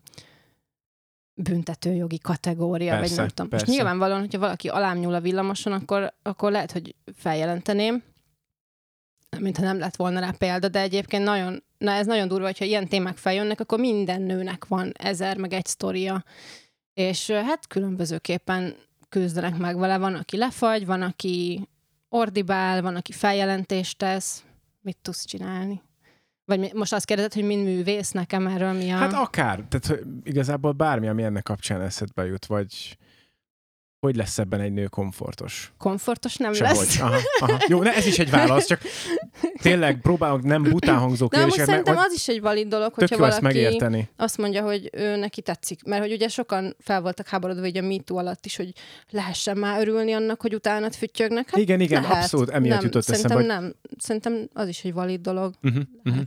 büntetőjogi kategória, persze, vagy nem tudom. Persze. Most nyilvánvalóan, hogyha valaki alám nyúl a villamoson, akkor, akkor lehet, hogy feljelenteném, mintha nem lett volna rá példa, de egyébként nagyon, na ez nagyon durva, hogyha ilyen témák feljönnek, akkor minden nőnek van ezer, meg egy sztoria, és hát különbözőképpen küzdenek meg vele. Van, aki lefagy, van, aki ordibál, van, aki feljelentést tesz. Mit tudsz csinálni? Vagy most azt kérdezed, hogy mind művész nekem erről mi a... Hát akár. Tehát igazából bármi, ami ennek kapcsán eszedbe jut, vagy hogy lesz ebben egy nő komfortos? Komfortos nem Sehogy. lesz. Aha, aha. Jó, ne, ez is egy válasz, csak tényleg próbálok nem bután hangzó kérdéseket. Na, most szerintem az is egy valid dolog, hogyha valaki megérteni. Azt mondja, hogy ő neki tetszik. Mert hogy ugye sokan fel voltak háborodva így a MeToo alatt is, hogy lehessen már örülni annak, hogy utánat füttyögnek. Hát igen, igen, lehet. abszolút emiatt nem, jutott eszembe. Szerintem vagy... nem. Szerintem az is egy valid dolog. Uh-huh, uh-huh.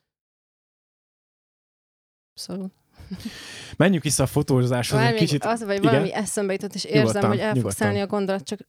Abszolút. Menjünk vissza a fotózáshoz egy kicsit. Az, vagy valami igen? Eszembe jutott, és érzem, nyugodtan, hogy el fog szállni a gondolat, csak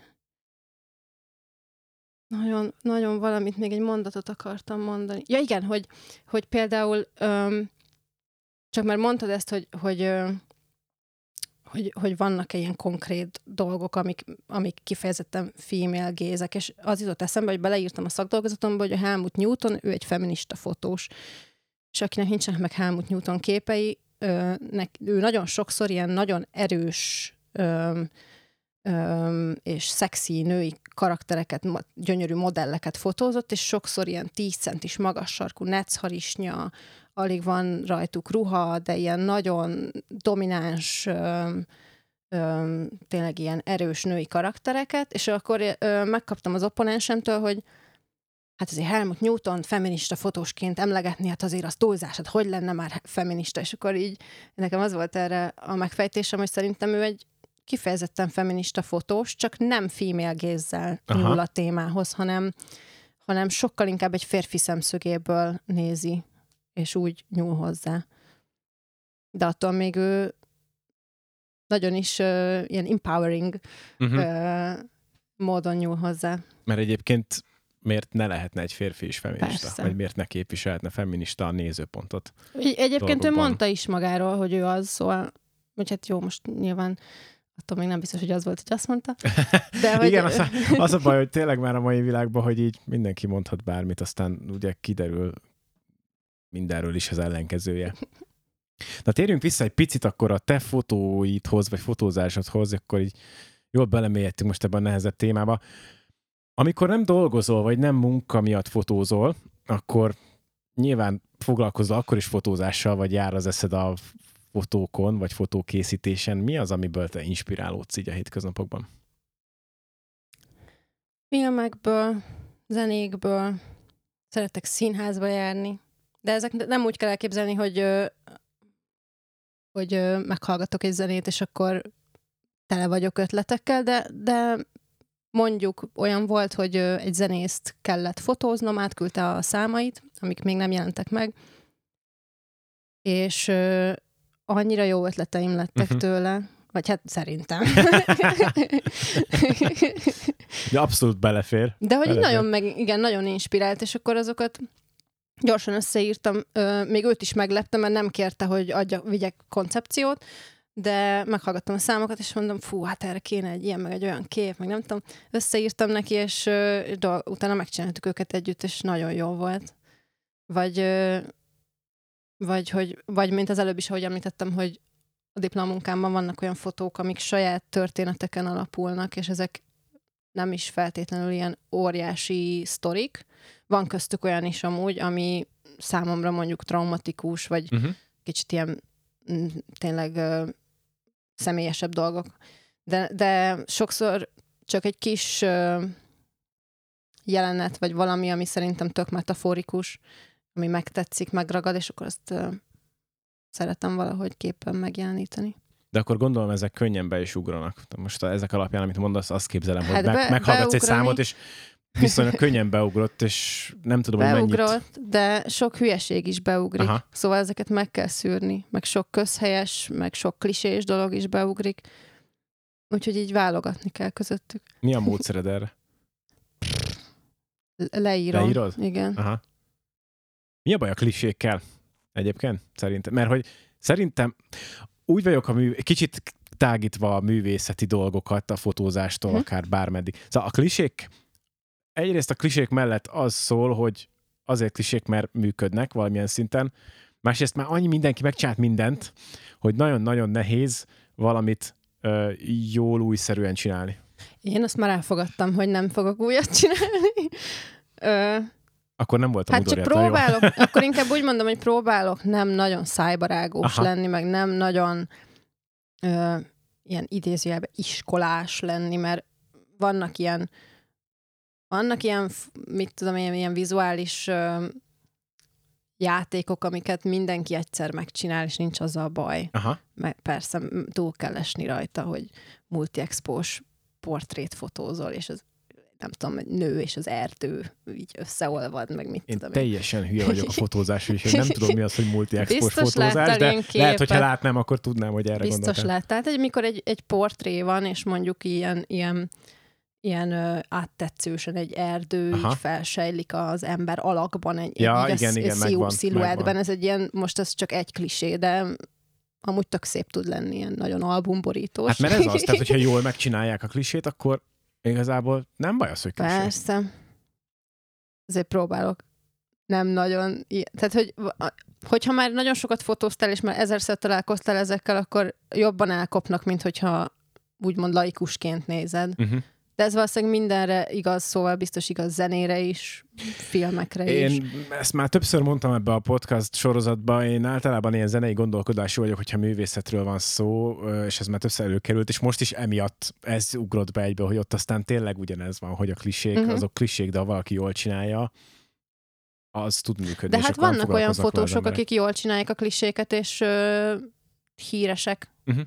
nagyon, nagyon valamit, még egy mondatot akartam mondani. Ja igen, hogy, hogy például öm, csak már mondtad ezt, hogy, hogy, öm, hogy, hogy vannak-e ilyen konkrét dolgok, amik, amik kifejezetten female gaze-ek, és az jutott eszembe, hogy beleírtam a szakdolgozatomba, hogy a Helmut Newton, ő egy feminista fotós, és akinek nincsenek meg Helmut Newton képei, ö, nek, ő nagyon sokszor ilyen nagyon erős ö, ö, és szexi női karaktereket, gyönyörű modelleket fotózott, és sokszor ilyen tíz centis magas sarkú neccharisnya, alig van rajtuk ruha, de ilyen nagyon domináns, ö, ö, tényleg ilyen erős női karaktereket, és akkor ö, megkaptam az opponensemtől, hogy hát azért Helmut Newton feminista fotósként emlegetni, hát azért az túlzás, hát hogy lenne már feminista, és akkor így nekem az volt erre a megfejtésem, hogy szerintem ő egy kifejezetten feminista fotós, csak nem female gaze-zel nyúl a témához, hanem, hanem sokkal inkább egy férfi szemszögéből nézi, és úgy nyúl hozzá. De attól még ő nagyon is uh, ilyen empowering uh-huh. uh, módon nyúl hozzá. Mert egyébként miért ne lehetne egy férfi is feminista? Persze. Vagy miért ne képviselhetne feminista a nézőpontot? Egyébként dolgokban. ő mondta is magáról, hogy ő az, szóval, hogy hát jó, most nyilván attól még nem biztos, hogy az volt, hogy azt mondta. De hogy... Igen, az a, az a baj, hogy tényleg már a mai világban, hogy így mindenki mondhat bármit, aztán ugye kiderül mindenről is az ellenkezője. Na térjünk vissza egy picit akkor a te fotóidhoz, vagy fotózásodhoz, akkor így jól belemélyedtünk most ebben a nehezebb témába. Amikor nem dolgozol, vagy nem munka miatt fotózol, akkor nyilván foglalkozol akkor is fotózással, vagy jár az eszed a fotókon, vagy fotókészítésen. Mi az, amiből te inspirálódsz így a hétköznapokban? Filmekből, zenékből, szeretek színházba járni, de ezek nem úgy kell elképzelni, hogy, hogy meghallgatok egy zenét, és akkor tele vagyok ötletekkel, de, de mondjuk olyan volt, hogy egy zenészt kellett fotóznom, átküldte a számait, amik még nem jelentek meg, és annyira jó ötleteim lettek uh-huh. tőle, vagy hát szerintem. De abszolút belefér. De hogy belefér. nagyon meg, igen, nagyon inspirált, és akkor azokat gyorsan összeírtam. Még őt is megleptem, mert nem kérte, hogy adja, vigyek koncepciót, de meghallgattam a számokat, és mondom, fú, hát erre kéne egy ilyen, meg egy olyan kép, meg nem tudom. Összeírtam neki, és uh, utána megcsináltuk őket együtt, és nagyon jó volt. Vagy, uh, vagy, hogy, vagy mint az előbb is, ahogy említettem, hogy a diplomunkámban vannak olyan fotók, amik saját történeteken alapulnak, és ezek nem is feltétlenül ilyen óriási sztorik. Van köztük olyan is amúgy, ami számomra mondjuk traumatikus, vagy uh-huh. kicsit ilyen m, tényleg uh, személyesebb dolgok. De, de sokszor csak egy kis uh, jelenet, vagy valami, ami szerintem tök metaforikus, ami megtetszik, megragad, és akkor azt uh, szeretem valahogy képen megjeleníteni. De akkor gondolom, ezek könnyen be is ugranak. Most ezek alapján, amit mondasz, azt képzelem, hát hogy be, meg, meghallgatsz beugrani. egy számot, és viszonylag könnyen beugrott, és nem tudom, Beugrott, hogy mennyit... de sok hülyeség is beugrik. Aha. Szóval ezeket meg kell szűrni. Meg sok közhelyes, meg sok klisés dolog is beugrik. Úgyhogy így válogatni kell közöttük. Mi a módszered erre? Leírom. Leírod? Igen. Aha. Mi a baj a klisékkel egyébként? Szerintem. Mert hogy szerintem úgy vagyok a mű... kicsit tágítva a művészeti dolgokat a fotózástól, hm. akár bármeddig. Szóval a klisék, egyrészt a klisék mellett az szól, hogy azért klisék, mert működnek valamilyen szinten. Másrészt már annyi mindenki megcsinált mindent, hogy nagyon-nagyon nehéz valamit ö, jól újszerűen csinálni. Én azt már elfogadtam, hogy nem fogok újat csinálni. Ö, akkor nem voltam hát csak próbálok, jó. Akkor inkább úgy mondom, hogy próbálok nem nagyon szájbarágós Aha. lenni, meg nem nagyon ö, ilyen idézőjelben iskolás lenni, mert vannak ilyen vannak ilyen, mit tudom én, ilyen vizuális ö, játékok, amiket mindenki egyszer megcsinál, és nincs azzal a baj. Aha. Mert persze túl kell esni rajta, hogy multi-expós portrét fotózol, és az nem tudom, egy nő és az erdő így összeolvad, meg mit én tudom. Én teljesen hülye vagyok a fotózásról, és nem tudom, mi az, hogy multi-expós fotózás, de képet. lehet, hogyha látnám, akkor tudnám, hogy erre Biztos gondoltam. láttál. Tehát, hogy mikor egy, egy portré van, és mondjuk ilyen, ilyen, ilyen ö, áttetszősen egy erdő Aha. így felsejlik az ember alakban, egy, ja, egy igen, igen, megvan, sziluettben. megvan. Ez egy ilyen, most ez csak egy klisé, de amúgy tök szép tud lenni, ilyen nagyon albumborítós. Hát mert ez az, tehát hogyha jól megcsinálják a klisét, akkor igazából nem baj az, hogy klisé. Persze. Azért próbálok. Nem nagyon... Tehát, hogy, hogyha már nagyon sokat fotóztál, és már ezerszer találkoztál ezekkel, akkor jobban elkopnak, mint hogyha úgymond laikusként nézed. Uh-huh. De ez valószínűleg mindenre igaz, szóval biztos igaz zenére is, filmekre én is. Én ezt már többször mondtam ebbe a podcast sorozatban, én általában ilyen zenei gondolkodású vagyok, hogyha művészetről van szó, és ez már többször előkerült, és most is emiatt ez ugrott be egybe, hogy ott aztán tényleg ugyanez van, hogy a klisék, uh-huh. azok klisék, de ha valaki jól csinálja, az tud működni. De hát vannak olyan fotósok, akik jól csinálják a kliséket, és ö, híresek. Uh-huh.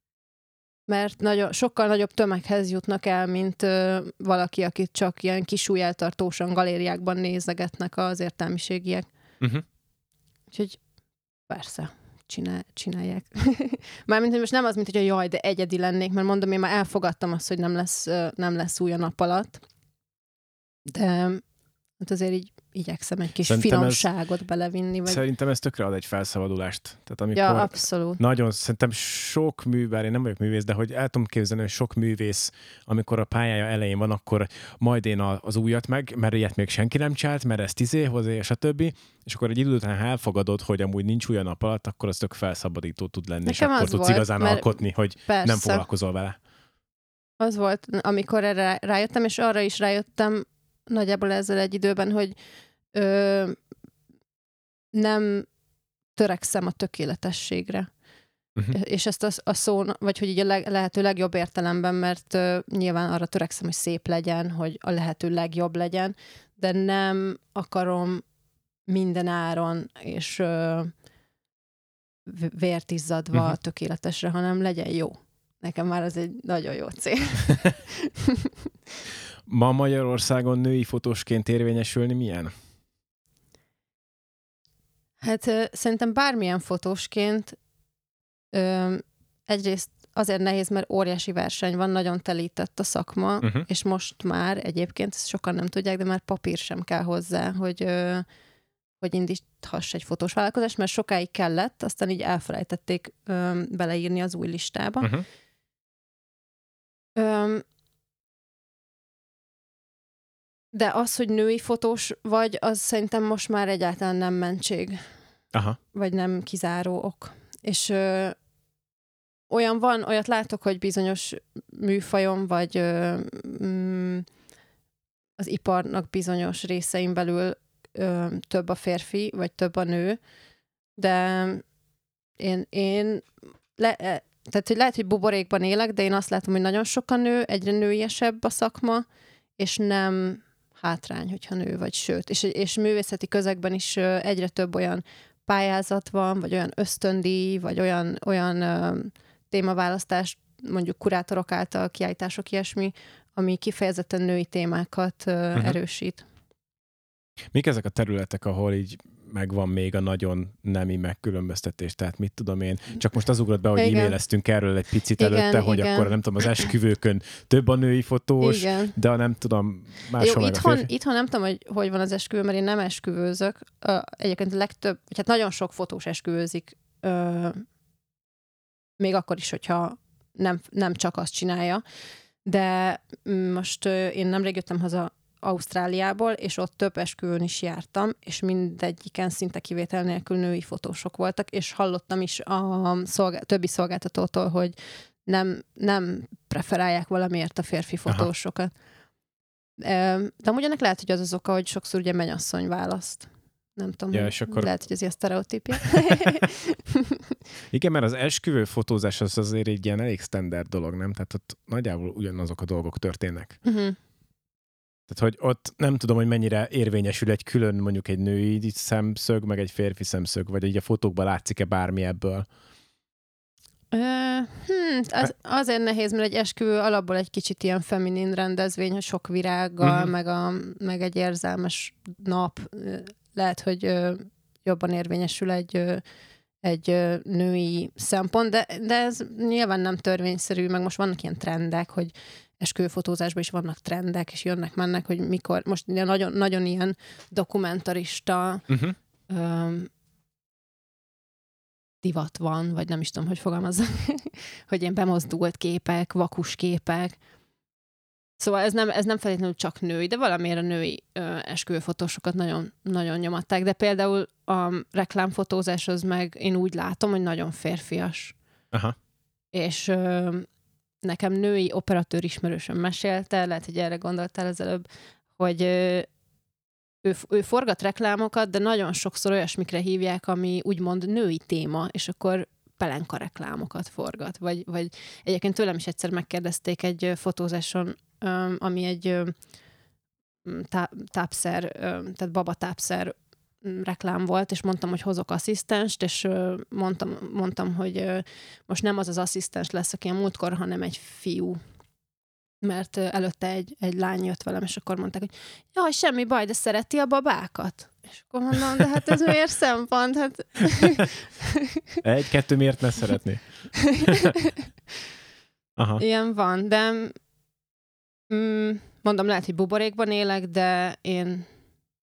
Mert nagyon, sokkal nagyobb tömeghez jutnak el, mint ö, valaki, akit csak ilyen kisúlyeltartósan galériákban nézegetnek az értelmiségiek. Uh-huh. Úgyhogy persze, csinál, csinálják. Mármint, hogy most nem az, mint hogy a jaj, de egyedi lennék, mert mondom, én már elfogadtam azt, hogy nem lesz, nem lesz új a nap alatt. De Hát azért így igyekszem egy kis Szerintem finomságot ez, belevinni. Vagy... Szerintem ez tökre ad egy felszabadulást. Tehát amikor ja, abszolút. Nagyon, szerintem sok művel, én nem vagyok művész, de hogy el tudom képzelni, hogy sok művész, amikor a pályája elején van, akkor majd én az újat meg, mert ilyet még senki nem csinált, mert ez tíz év hozzá, és a többi, és akkor egy idő után elfogadod, hogy amúgy nincs új a nap alatt, akkor az tök felszabadító tud lenni, nekem és akkor tudsz volt, igazán alkotni, hogy persze. Nem foglalkozol vele. Az volt, amikor erre rájöttem, és arra is rájöttem nagyjából ezzel egy időben, hogy ö, nem törekszem a tökéletességre. Uh-huh. És ezt a, a szó, vagy hogy így a leg, lehető legjobb értelemben, mert uh, nyilván arra törekszem, hogy szép legyen, hogy a lehető legjobb legyen, de nem akarom minden áron, és uh, vért izzadva uh-huh. tökéletesre, hanem legyen jó. Nekem már az egy nagyon jó cél. Ma Magyarországon női fotósként érvényesülni milyen? Hát ö, szerintem bármilyen fotósként ö, egyrészt azért nehéz, mert óriási verseny van, nagyon telített a szakma, uh-huh. és most már egyébként, ezt sokan nem tudják, de már papír sem kell hozzá, hogy, ö, hogy indíthass egy fotós vállalkozást, mert sokáig kellett, aztán így elfelejtették ö, beleírni az új listába. Uh-huh. Ö, De az, hogy női fotós vagy, az szerintem most már egyáltalán nem mentség. Aha. Vagy nem kizáró ok. És ö, olyan van, olyat látok, hogy bizonyos műfajon, vagy ö, mm, az iparnak bizonyos részein belül ö, több a férfi, vagy több a nő, de én, én le, tehát hogy lehet, hogy buborékban élek, de én azt látom, hogy nagyon sok a nő, egyre nőiesebb a szakma, és nem hátrány, hogyha nő vagy, sőt. És, és művészeti közegben is egyre több olyan pályázat van, vagy olyan ösztöndíj, vagy olyan, olyan ö, témaválasztás, mondjuk kurátorok által, kiállítások, ilyesmi, ami kifejezetten női témákat ö, uh-huh. erősít. Mik ezek a területek, ahol így megvan még a nagyon nemi megkülönböztetés? Tehát mit tudom én? Csak most az ugrott be, hogy igen. e-maileztünk erről egy picit igen, előtte, hogy igen. akkor nem tudom, az esküvőkön több a női fotós, igen. de nem tudom, máshol meg itthon, a férfi. Itthon nem tudom, hogy hogy van az esküvő, mert én nem esküvőzök. Egyébként a legtöbb, hát nagyon sok fotós esküvőzik, még akkor is, hogyha nem, nem csak azt csinálja. De most én nemrég jöttem haza Ausztráliából, és ott több esküvőn is jártam, és mindegyiken szinte kivétel nélkül női fotósok voltak, és hallottam is a szolgál- többi szolgáltatótól, hogy nem, nem preferálják valamiért a férfi fotósokat. Aha. De amúgy ennek lehet, hogy az az oka, hogy sokszor ugye mennyasszony választ. Nem tudom, ja, és akkor... lehet, hogy ez ilyen sztereotípia. Igen, mert az esküvő fotózás az azért egy ilyen elég standard dolog, nem? Tehát ott nagyjából ugyanazok a dolgok történnek. Uh-huh. Tehát, hogy ott nem tudom, hogy mennyire érvényesül egy külön mondjuk egy női szemszög, meg egy férfi szemszög, vagy így a fotókban látszik-e bármi ebből? Uh, hm, az, azért nehéz, mert egy esküvő alapból egy kicsit ilyen feminin rendezvény, hogy sok virággal, uh-huh. meg, a, meg egy érzelmes nap. Lehet, hogy uh, jobban érvényesül egy, uh, egy uh, női szempont, de, de ez nyilván nem törvényszerű, meg most vannak ilyen trendek, hogy esküvőfotózásban is vannak trendek, és jönnek-mennek, hogy mikor, most nagyon, nagyon ilyen dokumentarista uh-huh. um, divat van, vagy nem is tudom, hogy fogalmazzak, hogy ilyen bemozdult képek, vakus képek. Szóval ez nem, ez nem feltétlenül csak női, de valamiért a női ö, esküvőfotósokat nagyon, nagyon nyomatták, de például a reklámfotózás az meg én úgy látom, hogy nagyon férfias. Aha. És ö, nekem női operatőr ismerősöm mesélte, lehet, hogy erre gondoltál az előbb, hogy ö, ő, ő forgat reklámokat, de nagyon sokszor olyasmikre hívják, ami úgymond női téma, és akkor pelenka reklámokat forgat. Vagy, vagy egyébként tőlem is egyszer megkérdezték egy fotózáson, ami egy tá- tápszer, tehát babatápszer reklám volt, és mondtam, hogy hozok asszisztenst, és mondtam, mondtam, hogy most nem az az asszisztens lesz, aki a múltkor, hanem egy fiú. Mert előtte egy, egy lány jött velem, és akkor mondták, hogy jaj, semmi baj, de szereti a babákat? És akkor mondom, de hát ez miért szempont? Hát... Egy-kettő miért ne szeretné? Aha. Ilyen van, de mm, mondom, lehet, hogy buborékban élek, de én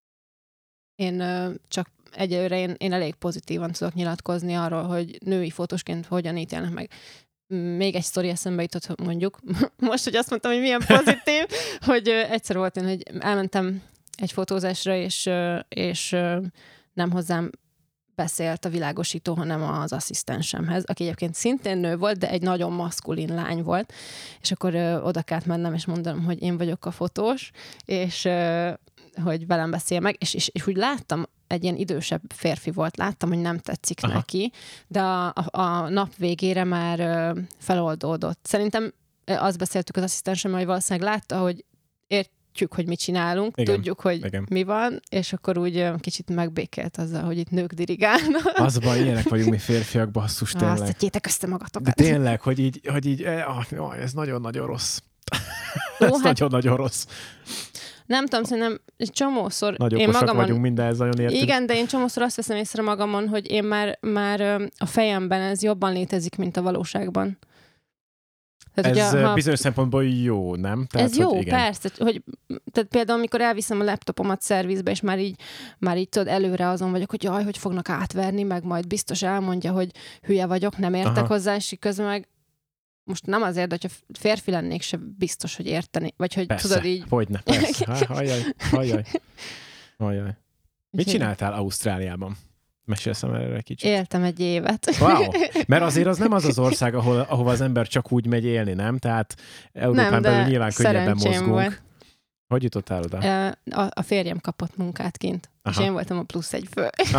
Én ö, csak egyelőre én, én elég pozitívan tudok nyilatkozni arról, hogy női fotósként hogyan ítélnek meg. Még egy sztori eszembe jutott, mondjuk, most, hogy azt mondtam, hogy milyen pozitív, hogy ö, egyszer volt én, hogy elmentem egy fotózásra, és, ö, és ö, nem hozzám beszélt a világosító, hanem az asszisztensemhez, aki egyébként szintén nő volt, de egy nagyon maszkulin lány volt, és akkor ö, oda kellett mennem, és mondanom, hogy én vagyok a fotós, és ö, hogy velem beszél meg, és, és, és úgy láttam, egy ilyen idősebb férfi volt, láttam, hogy nem tetszik Aha. neki, de a, a, a nap végére már ö, feloldódott. Szerintem azt beszéltük az asszisztensemmel, hogy valószínűleg látta, hogy értjük, hogy mit csinálunk, igen, tudjuk, hogy igen. mi van, és akkor úgy ö, kicsit megbékélt azzal, hogy itt nők dirigálnak. Az baj, ilyenek vagyunk mi férfiak, basszus, tényleg. Azt tegyétek össze magatokat. De tényleg, hogy így, hogy így eh, ez nagyon-nagyon rossz. ez hát... nagyon-nagyon rossz. Nem tudom, szerintem egy csomószor... Nagy okosak magamon, vagyunk, mindenhez nagyon értünk. Igen, de én csomószor azt veszem észre magamon, hogy én már, már a fejemben ez jobban létezik, mint a valóságban. Tehát, ez ugye, ha... bizonyos szempontból jó, nem? Tehát, ez jó, hogy igen. persze. Hogy, tehát például, amikor elviszem a laptopomat szervizbe, és már így, már így tudod, előre azon vagyok, hogy jaj, hogy fognak átverni, meg majd biztos elmondja, hogy hülye vagyok, nem értek Aha. hozzá, és közben meg most nem azért, hogyha férfi lennék, se biztos, hogy érteni. Vagy hogy persze, tudod így... hogyne, persze. Hajjaj, hajjaj, hajjaj. Mit csináltál Ausztráliában? Mesélsz erre egy kicsit. Éltem egy évet. Wow. Mert azért az nem az az ország, ahol, ahova az ember csak úgy megy élni, nem? Tehát Európán nem, belül nyilván könnyebben mozgunk. Volt. Hogy jutottál oda? A, a férjem kapott munkát kint, Aha. és én voltam a plusz egy fő. Ah.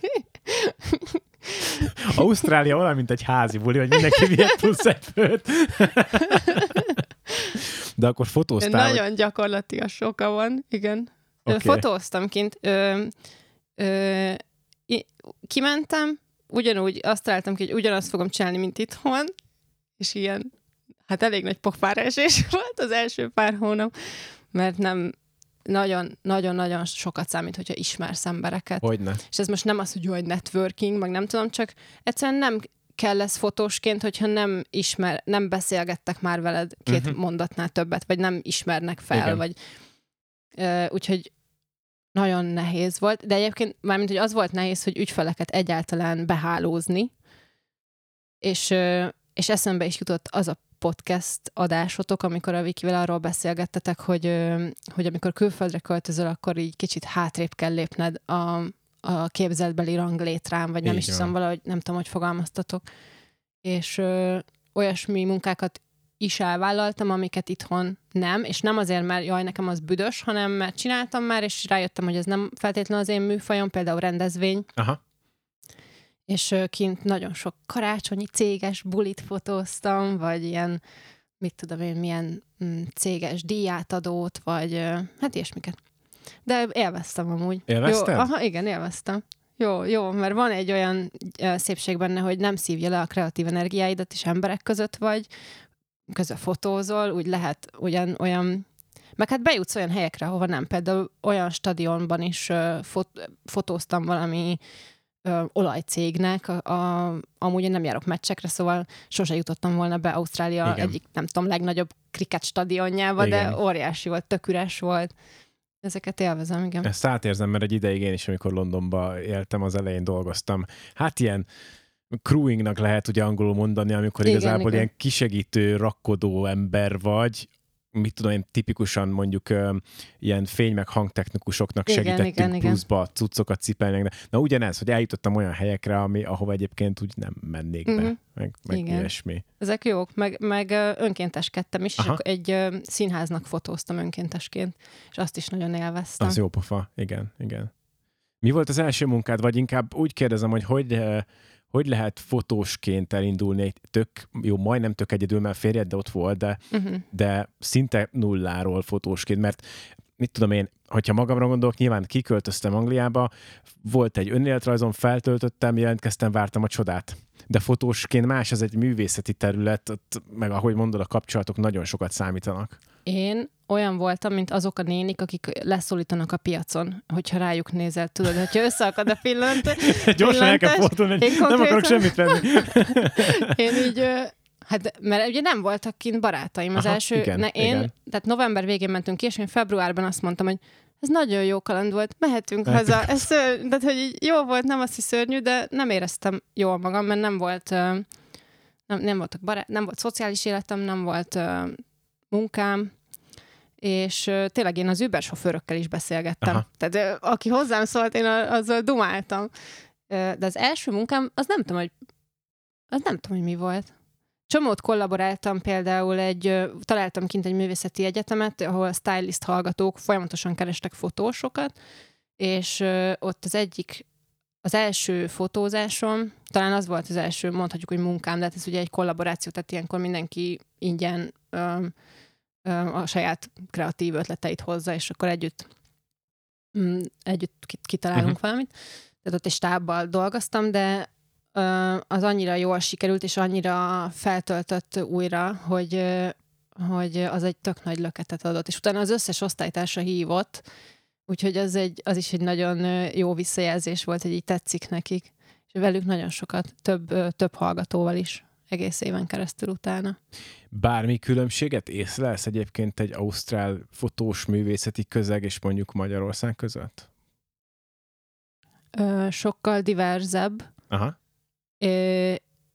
Ausztrália olyan, mint egy házi buli, hogy mindenki vihet plusz egy főt. De akkor fotóztál? Nagyon hogy... gyakorlatilag soka van, igen. Okay. Fotóztam kint. Ö, ö, kimentem, ugyanúgy azt találtam ki, hogy ugyanazt fogom csinálni, mint itthon, és ilyen, hát elég nagy pofárásés volt az első pár hónap, mert nem nagyon-nagyon-nagyon sokat számít, hogyha ismersz embereket. Hogyne. És ez most nem az, hogy jó, egy networking, meg nem tudom, csak egyszerűen nem kell lesz fotósként, hogyha nem ismer, nem beszélgettek már veled két uh-huh. mondatnál többet, vagy nem ismernek fel, Igen. vagy uh, úgyhogy nagyon nehéz volt, de egyébként mármint, hogy az volt nehéz, hogy ügyfeleket egyáltalán behálózni, és, uh, és eszembe is jutott az a podcast adásotok, amikor a Vikivel arról beszélgettetek, hogy, hogy amikor külföldre költözöl, akkor így kicsit hátrébb kell lépned a, a képzeletbeli ranglétrán, vagy nem így is tudom, valahogy nem tudom, hogy fogalmaztatok. És ö, olyasmi munkákat is elvállaltam, amiket itthon nem, és nem azért, mert jaj, nekem az büdös, hanem mert csináltam már, és rájöttem, hogy ez nem feltétlenül az én műfajom, például rendezvény. Aha. És kint nagyon sok karácsonyi céges bulit fotóztam, vagy ilyen, mit tudom én, milyen mm, céges díjátadót, vagy hát ilyesmiket. De élveztem amúgy. Élvezted? Jó, aha, igen, élveztem. Jó, jó, mert van egy olyan szépség benne, hogy nem szívja le a kreatív energiáidat, és emberek között vagy, közben fotózol, úgy lehet ugyan olyan... Meg hát bejutsz olyan helyekre, ahova nem. Például olyan stadionban is uh, fot- fotóztam valami Ö, olajcégnek, a, a, amúgy én nem járok meccsekre, szóval sose jutottam volna be Ausztrália Igen. egyik, nem tudom, legnagyobb kriket stadionjába, Igen. de óriási volt, tök üres volt. Ezeket élvezem, igen. Ezt átérzem, mert egy ideig én is, amikor Londonba éltem, az elején dolgoztam. Hát ilyen crewingnak lehet ugye angolul mondani, amikor igen, igazából igen. ilyen kisegítő, rakkodó ember vagy, mit tudom én, tipikusan mondjuk ö, ilyen fény- meg hangtechnikusoknak igen, segítettünk igen, pluszba igen. cuccokat cipelnek. Na ugyanez, hogy eljutottam olyan helyekre, ami, ahova egyébként úgy nem mennék mm-hmm. be, meg, meg ilyesmi. Ezek jók, meg, meg önkénteskedtem is, Aha. és egy ö, színháznak fotóztam önkéntesként, és azt is nagyon élveztem. Az jó pofa, igen, igen. Mi volt az első munkád, vagy inkább úgy kérdezem, hogy hogy... Hogy lehet fotósként elindulni egy tök, jó, majdnem tök egyedül, mert férjed, de ott volt, de, uh-huh. de szinte nulláról fotósként, mert mit tudom én, hogyha magamra gondolok, nyilván kiköltöztem Angliába, volt egy önéletrajzom, feltöltöttem, jelentkeztem, vártam a csodát. De fotósként más, ez egy művészeti terület, ott, meg ahogy mondod, a kapcsolatok nagyon sokat számítanak. Én olyan voltam, mint azok a nénik, akik leszólítanak a piacon, hogyha rájuk nézel, tudod, hogyha összeakad a pillant. Gyorsan el kell fordulni, hogy nem konkrétan... akarok semmit venni. Én így, hát, mert ugye nem voltak kint barátaim. Az Aha, első, igen, ne, én, igen. tehát november végén mentünk ki, és én februárban azt mondtam, hogy Ez nagyon jó kaland volt, mehetünk Mehetünk haza. Ez szörny, de hogy így jó volt, nem az, hogy szörnyű, de nem éreztem jól magam, mert nem volt, nem, nem, voltak barát, nem volt szociális életem, nem volt uh, munkám, és uh, tényleg én az Uber sofőrökkel is beszélgettem. Aha. Tehát uh, aki hozzám szólt, én azzal dumáltam. Uh, de az első munkám, az nem tudom, hogy az nem tudom, hogy mi volt. Csomót kollaboráltam, például egy, találtam kint egy művészeti egyetemet, ahol stylist hallgatók folyamatosan kerestek fotósokat, és ott az egyik, az első fotózásom, talán az volt az első, mondhatjuk, hogy munkám, de hát ez ugye egy kollaboráció, tehát ilyenkor mindenki ingyen ö, ö, a saját kreatív ötleteit hozza, és akkor együtt, m, együtt kitalálunk uh-huh. valamit. Tehát ott egy stábbal dolgoztam, de az annyira jól sikerült, és annyira feltöltött újra, hogy, hogy az egy tök nagy löketet adott. És utána az összes osztálytársa hívott, úgyhogy az, egy, az is egy nagyon jó visszajelzés volt, hogy így tetszik nekik. És velük nagyon sokat, több, több hallgatóval is egész éven keresztül utána. Bármi különbséget észlelsz egyébként egy ausztrál fotós művészeti közeg és mondjuk Magyarország között? Ö, sokkal diverzebb. Aha. Ö,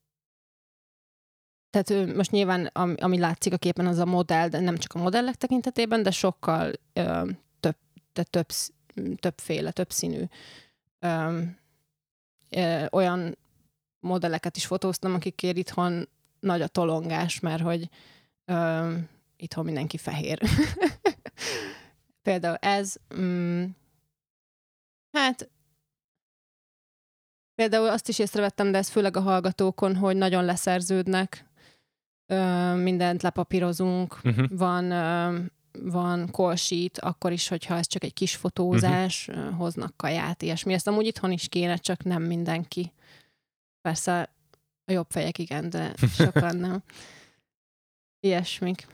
tehát most nyilván, ami, ami látszik a képen, az a modell, de nem csak a modellek tekintetében, de sokkal ö, több, de több, többféle, többszínű ö, ö, olyan modelleket is fotóztam, akikért itthon nagy a tolongás, mert hogy ö, itthon mindenki fehér. Például ez, mm, hát például azt is észrevettem, de ez főleg a hallgatókon, hogy nagyon leszerződnek, ö, mindent lepapírozunk, uh-huh. van, ö, van call sheet, akkor is, hogyha ez csak egy kis fotózás, uh-huh. hoznak kaját, ilyesmi. Ezt amúgy itthon is kéne, csak nem mindenki. Persze a jobb fejek igen, de sokan nem. Ilyesmik.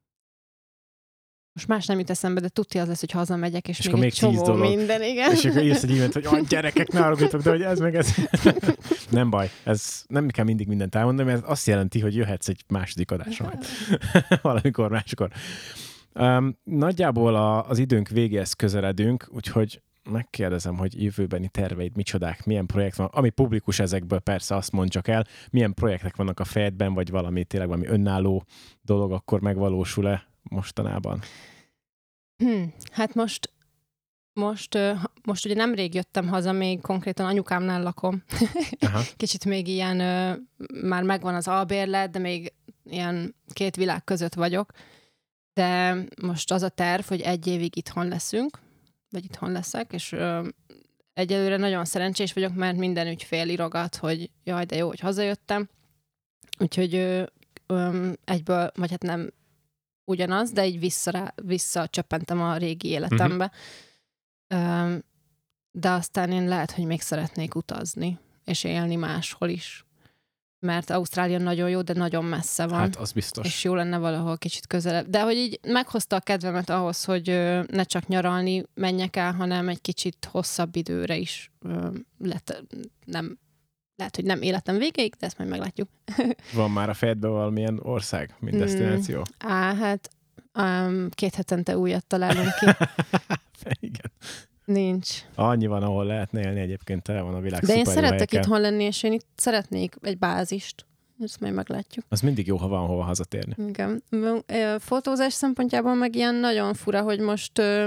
Most más nem jut eszembe, de tudja az lesz, hogy hazamegyek, és, és még egy csomó minden, igen. És akkor írsz egy e-mailt, hogy a gyerekek, ne haragudjatok, de hogy ez meg ez. Nem baj, ez nem kell mindig mindent elmondani, mert ez azt jelenti, hogy jöhetsz egy második adásra majd. Valamikor máskor. Um, nagyjából a, az időnk végéhez közeledünk, úgyhogy megkérdezem, hogy jövőbeni terveid micsodák, milyen projekt van, ami publikus ezekből persze azt mondd csak el, milyen projektek vannak a fejedben, vagy valami tényleg valami önálló dolog akkor megvalósul-e mostanában? Hmm, hát most, most, most ugye nemrég jöttem haza, még konkrétan anyukámnál lakom. Kicsit még ilyen, már megvan az albérlet, de még ilyen két világ között vagyok. De most az a terv, hogy egy évig itthon leszünk, vagy itthon leszek, és ö, egyelőre nagyon szerencsés vagyok, mert minden ügyfél írogat, hogy jaj, de jó, hogy hazajöttem. Úgyhogy ö, ö, egyből, vagy hát nem ugyanaz, de így vissza, visszacsöppentem a régi életembe. Uh-huh. Ö, de aztán én lehet, hogy még szeretnék utazni, és élni máshol is. Mert Ausztrália nagyon jó, de nagyon messze van. Hát, az biztos. És jó lenne valahol kicsit közelebb. De hogy így meghozta a kedvemet ahhoz, hogy ne csak nyaralni menjek el, hanem egy kicsit hosszabb időre is lehet, nem, lehet, hogy nem életem végéig, de ezt majd meglátjuk. Van már a fejedben valamilyen ország, mint desztináció? Mm, á, hát um, két hetente újat találunk ki. Igen. Nincs. Annyi van, ahol lehetne élni, egyébként tele van a világ de szuper én szeretek helyekkel. itthon lenni, és én itt szeretnék egy bázist. Ezt majd meglátjuk. Az mindig jó, ha van hova hazatérni. Igen. Fotózás szempontjából meg ilyen nagyon fura, hogy most ö,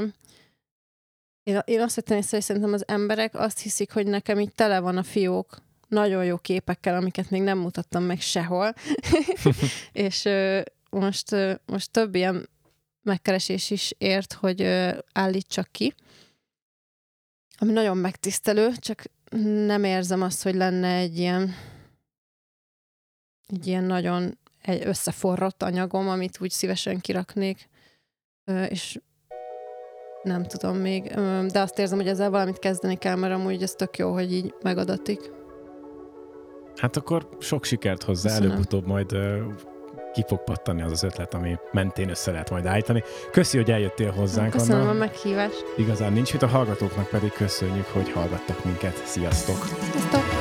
én, én azt hittem észre, hogy szerintem az emberek azt hiszik, hogy nekem így tele van a fiók nagyon jó képekkel, amiket még nem mutattam meg sehol. És ö, most, ö, most több ilyen megkeresés is ért, hogy ö, állítsak ki. Ami nagyon megtisztelő, csak nem érzem azt, hogy lenne egy ilyen egy ilyen nagyon egy összeforrott anyagom, amit úgy szívesen kiraknék, és nem tudom még, de azt érzem, hogy ezzel valamit kezdeni kell, mert amúgy ez tök jó, hogy így megadatik. Hát akkor sok sikert hozzá, Köszönöm. Előbb-utóbb majd uh, ki fog pattani az az ötlet, ami mentén össze lehet majd állítani. Köszi, hogy eljöttél hozzánk. Köszönöm Anna. a meghívást. Igazán nincs mit, a hallgatóknak pedig köszönjük, hogy hallgattak minket. Sziasztok! Sziasztok!